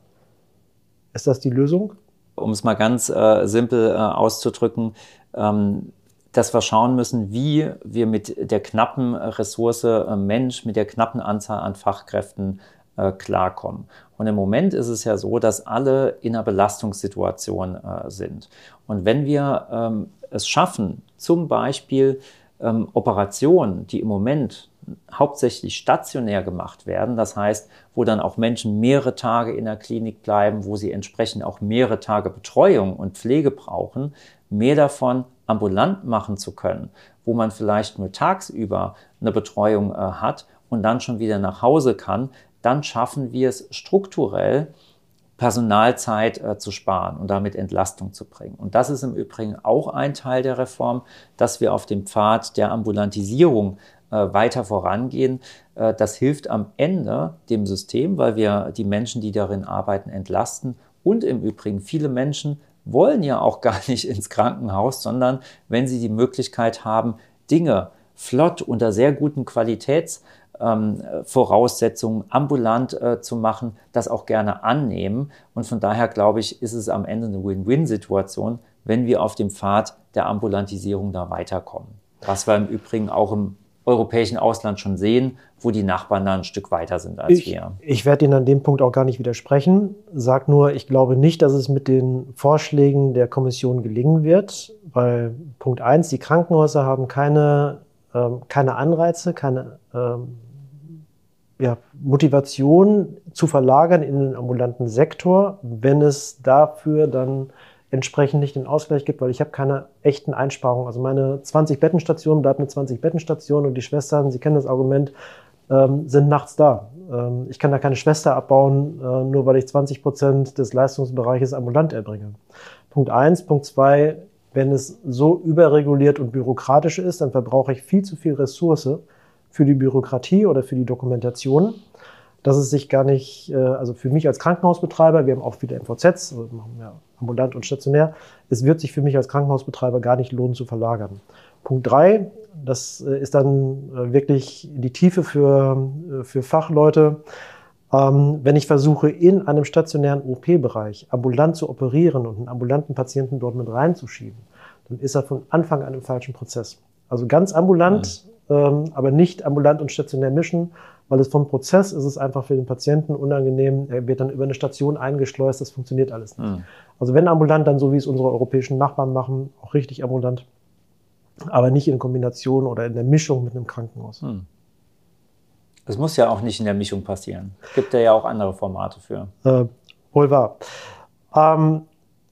Ist das die Lösung? Um es mal ganz äh, simpel äh, auszudrücken, ähm, dass wir schauen müssen, wie wir mit der knappen Ressource äh, Mensch, mit der knappen Anzahl an Fachkräften äh, klarkommen. Und im Moment ist es ja so, dass alle in einer Belastungssituation äh, sind. Und wenn wir ähm, es schaffen, zum Beispiel ähm, Operationen, die im Moment hauptsächlich stationär gemacht werden, das heißt, wo dann auch Menschen mehrere Tage in der Klinik bleiben, wo sie entsprechend auch mehrere Tage Betreuung und Pflege brauchen, mehr davon ambulant machen zu können, wo man vielleicht nur tagsüber eine Betreuung äh, hat und dann schon wieder nach Hause kann, dann schaffen wir es strukturell, Personalzeit äh, zu sparen und damit Entlastung zu bringen. Und das ist im Übrigen auch ein Teil der Reform, dass wir auf dem Pfad der Ambulantisierung äh, weiter vorangehen. Äh, das hilft am Ende dem System, weil wir die Menschen, die darin arbeiten, entlasten. Und im Übrigen viele Menschen wollen ja auch gar nicht ins Krankenhaus, sondern wenn sie die Möglichkeit haben, Dinge flott unter sehr guten Qualitäts Ähm, Voraussetzungen ambulant äh, zu machen, das auch gerne annehmen. Und von daher, glaube ich, ist es am Ende eine Win-Win-Situation, wenn wir auf dem Pfad der Ambulantisierung da weiterkommen. Was wir im Übrigen auch im europäischen Ausland schon sehen, wo die Nachbarn da ein Stück weiter sind als ich, wir. Ich werde Ihnen an dem Punkt auch gar nicht widersprechen. Sag nur, ich glaube nicht, dass es mit den Vorschlägen der Kommission gelingen wird, weil Punkt eins, die Krankenhäuser haben keine, ähm, keine Anreize, keine ähm, Ja, Motivation zu verlagern in den ambulanten Sektor, wenn es dafür dann entsprechend nicht den Ausgleich gibt, weil ich habe keine echten Einsparungen. Also meine zwanzig Bettenstation bleibt eine zwanzig Bettenstation und die Schwestern, Sie kennen das Argument, ähm, sind nachts da. Ähm, ich kann da keine Schwester abbauen, äh, nur weil ich zwanzig Prozent des Leistungsbereiches ambulant erbringe. Punkt eins. Punkt zwei, wenn es so überreguliert und bürokratisch ist, dann verbrauche ich viel zu viel Ressource für die Bürokratie oder für die Dokumentation, dass es sich gar nicht, also für mich als Krankenhausbetreiber, wir haben auch viele M V Zs, also machen wir ambulant und stationär, es wird sich für mich als Krankenhausbetreiber gar nicht lohnen zu verlagern. Punkt drei, das ist dann wirklich die Tiefe für, für Fachleute. Wenn ich versuche, in einem stationären O P-Bereich ambulant zu operieren und einen ambulanten Patienten dort mit reinzuschieben, dann ist er von Anfang an im falschen Prozess. Also ganz ambulant, mhm. aber nicht ambulant und stationär mischen, weil es vom Prozess ist es einfach für den Patienten unangenehm. Er wird dann über eine Station eingeschleust, das funktioniert alles nicht. Mhm. Also wenn ambulant, dann so wie es unsere europäischen Nachbarn machen, auch richtig ambulant, aber nicht in Kombination oder in der Mischung mit einem Krankenhaus. Mhm. Das muss ja auch nicht in der Mischung passieren. Es gibt ja auch andere Formate für. Äh, wohl wahr. Ähm,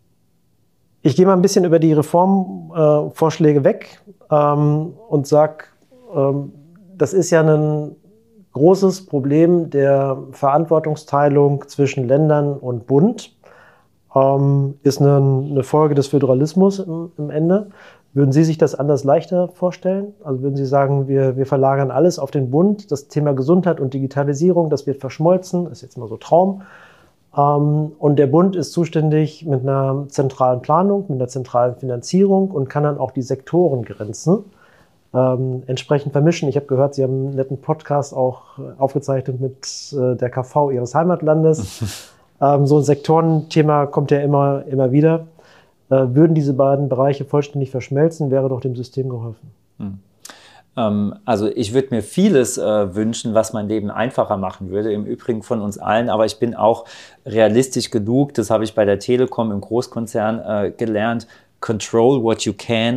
ich gehe mal ein bisschen über die Reformvorschläge äh, weg ähm, und sage, das ist ja ein großes Problem der Verantwortungsteilung zwischen Ländern und Bund. Ähm, ist eine, eine Folge des Föderalismus im, im Ende. Würden Sie sich das anders leichter vorstellen? Also würden Sie sagen, wir, wir verlagern alles auf den Bund, das Thema Gesundheit und Digitalisierung, das wird verschmolzen, ist jetzt mal so Traum. Ähm, und der Bund ist zuständig mit einer zentralen Planung, mit einer zentralen Finanzierung und kann dann auch die Sektorengrenzen Ähm, entsprechend vermischen. Ich habe gehört, Sie haben einen netten Podcast auch aufgezeichnet mit äh, der K V Ihres Heimatlandes. ähm, so ein Sektorenthema kommt ja immer, immer wieder. Äh, würden diese beiden Bereiche vollständig verschmelzen, wäre doch dem System geholfen. Hm. Ähm, also ich würde mir vieles äh, wünschen, was mein Leben einfacher machen würde, im Übrigen von uns allen, aber ich bin auch realistisch genug, das habe ich bei der Telekom im Großkonzern äh, gelernt, control what you can,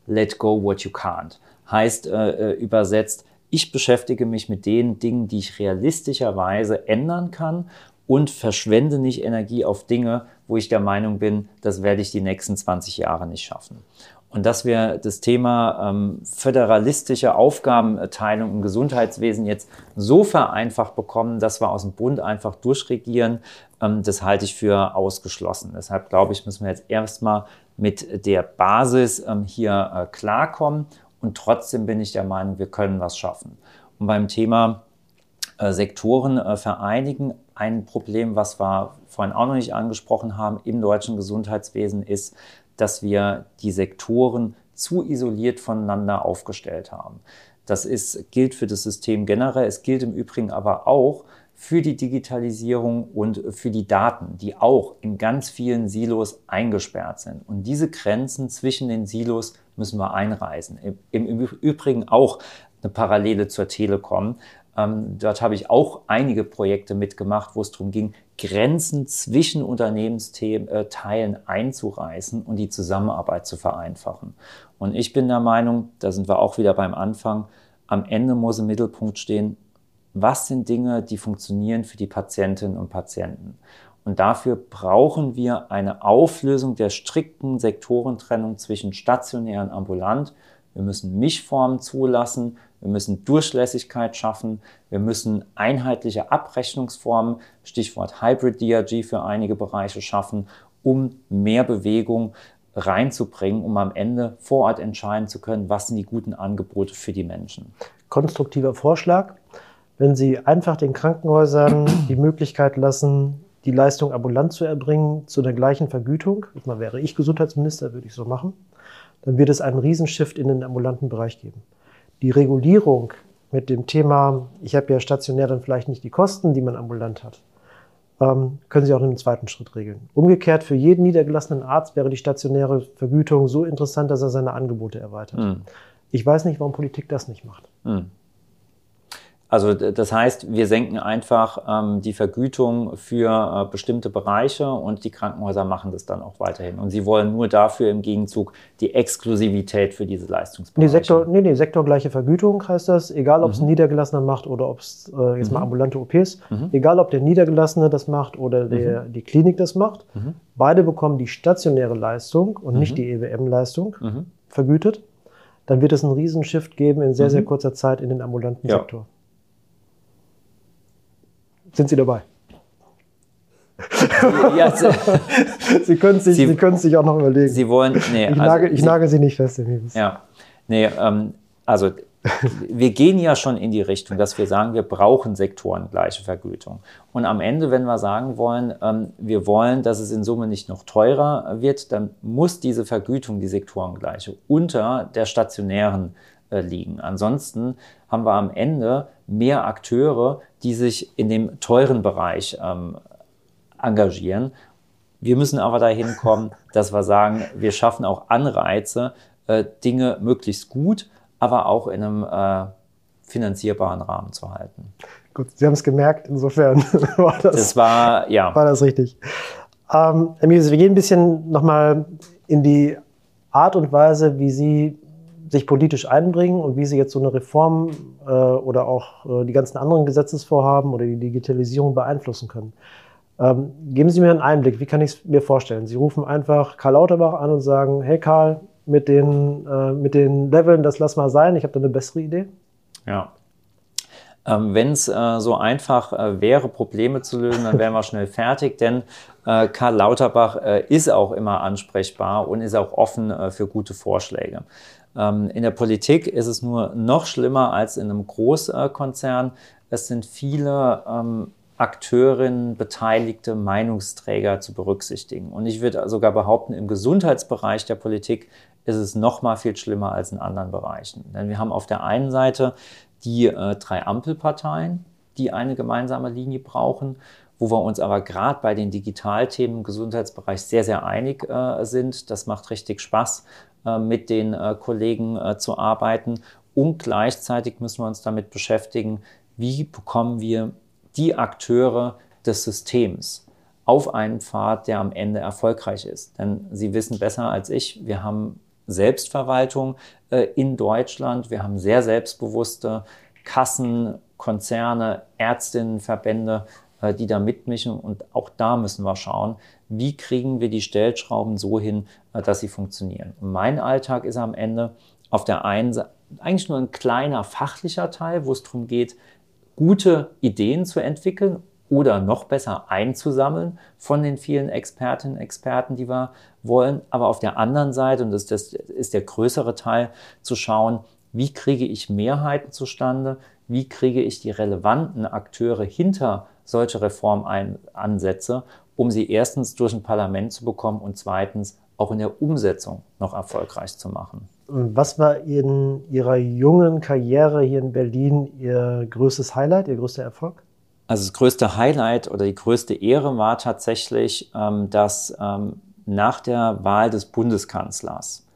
let go what you can't. Heißt äh, übersetzt, ich beschäftige mich mit den Dingen, die ich realistischerweise ändern kann und verschwende nicht Energie auf Dinge, wo ich der Meinung bin, das werde ich die nächsten zwanzig Jahre nicht schaffen. Und dass wir das Thema ähm, föderalistische Aufgabenteilung im Gesundheitswesen jetzt so vereinfacht bekommen, dass wir aus dem Bund einfach durchregieren, ähm, das halte ich für ausgeschlossen. Deshalb glaube ich, müssen wir jetzt erstmal mit der Basis ähm, hier äh, klarkommen. Und trotzdem bin ich der Meinung, wir können was schaffen. Und beim Thema äh, Sektoren äh, vereinigen, ein Problem, was wir vorhin auch noch nicht angesprochen haben im deutschen Gesundheitswesen, ist, dass wir die Sektoren zu isoliert voneinander aufgestellt haben. Das ist, gilt für das System generell, es gilt im Übrigen aber auch für die Digitalisierung und für die Daten, die auch in ganz vielen Silos eingesperrt sind. Und diese Grenzen zwischen den Silos müssen wir einreißen. Im, im Übrigen auch eine Parallele zur Telekom. Ähm, dort habe ich auch einige Projekte mitgemacht, wo es darum ging, Grenzen zwischen Unternehmensteilen einzureißen und die Zusammenarbeit zu vereinfachen. Und ich bin der Meinung, da sind wir auch wieder beim Anfang, am Ende muss im Mittelpunkt stehen, was sind Dinge, die funktionieren für die Patientinnen und Patienten. Und dafür brauchen wir eine Auflösung der strikten Sektorentrennung zwischen stationär und ambulant. Wir müssen Mischformen zulassen, wir müssen Durchlässigkeit schaffen, wir müssen einheitliche Abrechnungsformen, Stichwort Hybrid D R G für einige Bereiche schaffen, um mehr Bewegung reinzubringen, um am Ende vor Ort entscheiden zu können, was sind die guten Angebote für die Menschen. Konstruktiver Vorschlag, wenn Sie einfach den Krankenhäusern die Möglichkeit lassen, die Leistung ambulant zu erbringen, zu der gleichen Vergütung, ich meine, wäre ich Gesundheitsminister, würde ich so machen, dann wird es einen Riesenshift in den ambulanten Bereich geben. Die Regulierung mit dem Thema, ich habe ja stationär dann vielleicht nicht die Kosten, die man ambulant hat, ähm, können Sie auch in einem zweiten Schritt regeln. Umgekehrt, für jeden niedergelassenen Arzt wäre die stationäre Vergütung so interessant, dass er seine Angebote erweitert. Mhm. Ich weiß nicht, warum Politik das nicht macht. Mhm. Also das heißt, wir senken einfach ähm, die Vergütung für äh, bestimmte Bereiche und die Krankenhäuser machen das dann auch weiterhin. Und sie wollen nur dafür im Gegenzug die Exklusivität für diese Leistungsbereiche. Nee, Sektor, nee, nee, sektorgleiche Vergütung heißt das, egal ob es mhm. ein Niedergelassener macht oder ob es äh, jetzt mhm. mal ambulante O Ps, mhm. egal ob der Niedergelassene das macht oder der, mhm. die Klinik das macht, mhm. beide bekommen die stationäre Leistung und mhm. nicht die E W M-Leistung mhm. vergütet. Dann wird es einen Riesenshift geben in sehr, mhm. sehr kurzer Zeit in den ambulanten ja. Sektor. Sind Sie dabei? Ja, Sie, Sie können sich, Sie, Sie können sich auch noch überlegen. Sie wollen, nee, ich also nagel, ich Sie, nagel Sie nicht fest. In ja, nee, ähm, also wir gehen ja schon in die Richtung, dass wir sagen, wir brauchen sektorengleiche Vergütung. Und am Ende, wenn wir sagen wollen, ähm, wir wollen, dass es in Summe nicht noch teurer wird, dann muss diese Vergütung, die sektorengleiche, unter der stationären äh, liegen. Ansonsten haben wir am Ende mehr Akteure, die sich in dem teuren Bereich ähm, engagieren. Wir müssen aber dahin kommen, dass wir sagen, wir schaffen auch Anreize, äh, Dinge möglichst gut, aber auch in einem äh, finanzierbaren Rahmen zu halten. Gut, Sie haben es gemerkt, insofern war das, das, war, ja. war das richtig. Ähm, Herr Mieves, wir gehen ein bisschen nochmal in die Art und Weise, wie Sie sich politisch einbringen und wie Sie jetzt so eine Reform äh, oder auch äh, die ganzen anderen Gesetzesvorhaben oder die Digitalisierung beeinflussen können. Ähm, geben Sie mir einen Einblick, wie kann ich es mir vorstellen? Sie rufen einfach Karl Lauterbach an und sagen, hey Karl, mit den, äh, mit den Leveln, das lass mal sein, ich habe da eine bessere Idee. Ja. Ähm, Wenn es äh, so einfach äh, wäre, Probleme zu lösen, dann wären wir schnell fertig, denn äh, Karl Lauterbach äh, ist auch immer ansprechbar und ist auch offen äh, für gute Vorschläge. Ähm, in der Politik ist es nur noch schlimmer als in einem Großkonzern. Es sind viele ähm, Akteurinnen, Beteiligte, Meinungsträger zu berücksichtigen. Und ich würde sogar behaupten, im Gesundheitsbereich der Politik ist es noch mal viel schlimmer als in anderen Bereichen. Denn wir haben auf der einen Seite die äh, drei Ampelparteien, die eine gemeinsame Linie brauchen, wo wir uns aber gerade bei den Digitalthemen im Gesundheitsbereich sehr, sehr einig äh, sind. Das macht richtig Spaß, äh, mit den äh, Kollegen äh, zu arbeiten. Und gleichzeitig müssen wir uns damit beschäftigen, wie bekommen wir die Akteure des Systems auf einen Pfad, der am Ende erfolgreich ist. Denn Sie wissen besser als ich, wir haben Selbstverwaltung äh, in Deutschland. Wir haben sehr selbstbewusste Kassen, Konzerne, Ärztinnenverbände, äh, die da mitmischen. Und auch da müssen wir schauen, wie kriegen wir die Stellschrauben so hin, äh, dass sie funktionieren. Und mein Alltag ist am Ende auf der einen Seite eigentlich nur ein kleiner fachlicher Teil, wo es darum geht, gute Ideen zu entwickeln oder noch besser einzusammeln von den vielen Expertinnen und Experten, die wir wollen. Aber auf der anderen Seite, und das, das ist der größere Teil, zu schauen, wie kriege ich Mehrheiten zustande, wie kriege ich die relevanten Akteure hinter solche Reformansätze, um sie erstens durch ein Parlament zu bekommen und zweitens auch in der Umsetzung noch erfolgreich zu machen. Was war in Ihrer jungen Karriere hier in Berlin Ihr größtes Highlight, Ihr größter Erfolg? Also das größte Highlight oder die größte Ehre war tatsächlich, ähm, dass ähm, nach der Wahl des Bundeskanzlers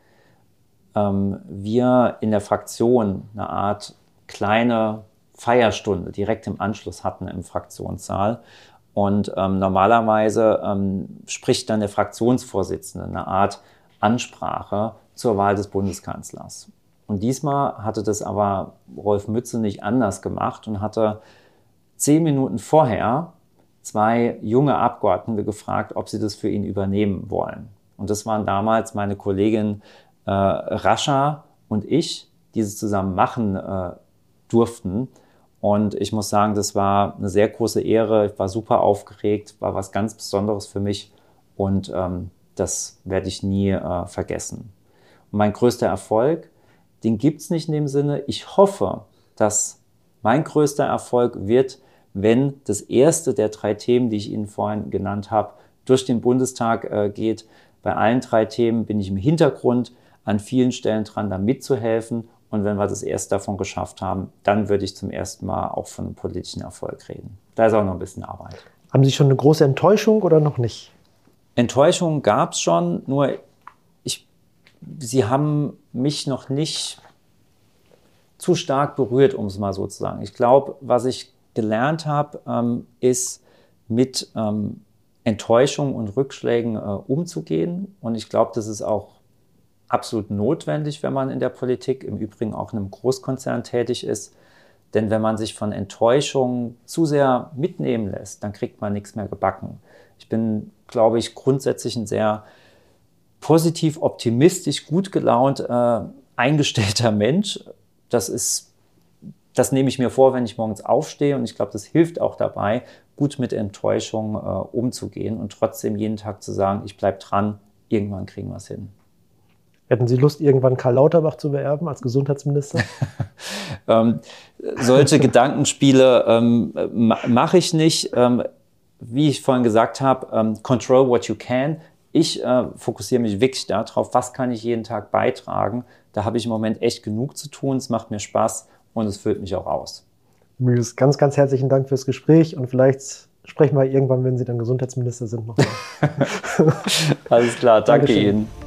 ähm, wir in der Fraktion eine Art kleine Feierstunde direkt im Anschluss hatten im Fraktionssaal. Und ähm, normalerweise ähm, spricht dann der Fraktionsvorsitzende eine Art Ansprache zur Wahl des Bundeskanzlers. Und diesmal hatte das aber Rolf Mütze nicht anders gemacht und hatte zehn Minuten vorher zwei junge Abgeordnete gefragt, ob sie das für ihn übernehmen wollen. Und das waren damals meine Kollegin äh, Rascha und ich, die es zusammen machen äh, durften. Und ich muss sagen, das war eine sehr große Ehre. Ich war super aufgeregt, war was ganz Besonderes für mich. Und ähm, das werde ich nie äh, vergessen. Und mein größter Erfolg, den gibt es nicht in dem Sinne. Ich hoffe, dass mein größter Erfolg wird, wenn das erste der drei Themen, die ich Ihnen vorhin genannt habe, durch den Bundestag äh, geht. Bei allen drei Themen bin ich im Hintergrund an vielen Stellen dran, da mitzuhelfen. Und wenn wir das erste davon geschafft haben, dann würde ich zum ersten Mal auch von einem politischen Erfolg reden. Da ist auch noch ein bisschen Arbeit. Haben Sie schon eine große Enttäuschung oder noch nicht? Enttäuschung gab es schon, nur ich, sie haben mich noch nicht zu stark berührt, um es mal so zu sagen. Ich glaube, was ich gelernt habe, ähm, ist mit ähm, Enttäuschung und Rückschlägen äh, umzugehen. Und ich glaube, das ist auch absolut notwendig, wenn man in der Politik, im Übrigen auch in einem Großkonzern tätig ist. Denn wenn man sich von Enttäuschung zu sehr mitnehmen lässt, dann kriegt man nichts mehr gebacken. Ich bin, glaube ich, grundsätzlich ein sehr positiv, optimistisch, gut gelaunt, äh, eingestellter Mensch. Das ist, das nehme ich mir vor, wenn ich morgens aufstehe. Und ich glaube, das hilft auch dabei, gut mit Enttäuschung äh, umzugehen und trotzdem jeden Tag zu sagen, ich bleibe dran, irgendwann kriegen wir es hin. Hätten Sie Lust, irgendwann Karl Lauterbach zu beerben als Gesundheitsminister? ähm, solche Gedankenspiele ähm, mache ich nicht. Ähm, wie ich vorhin gesagt habe, ähm, control what you can. Ich äh, fokussiere mich wirklich darauf, was kann ich jeden Tag beitragen. Da habe ich im Moment echt genug zu tun. Es macht mir Spaß und es füllt mich auch aus. Myves, ganz, ganz herzlichen Dank fürs Gespräch und vielleicht sprechen wir irgendwann, wenn Sie dann Gesundheitsminister sind, nochmal. Alles klar, danke Dankeschön. Ihnen.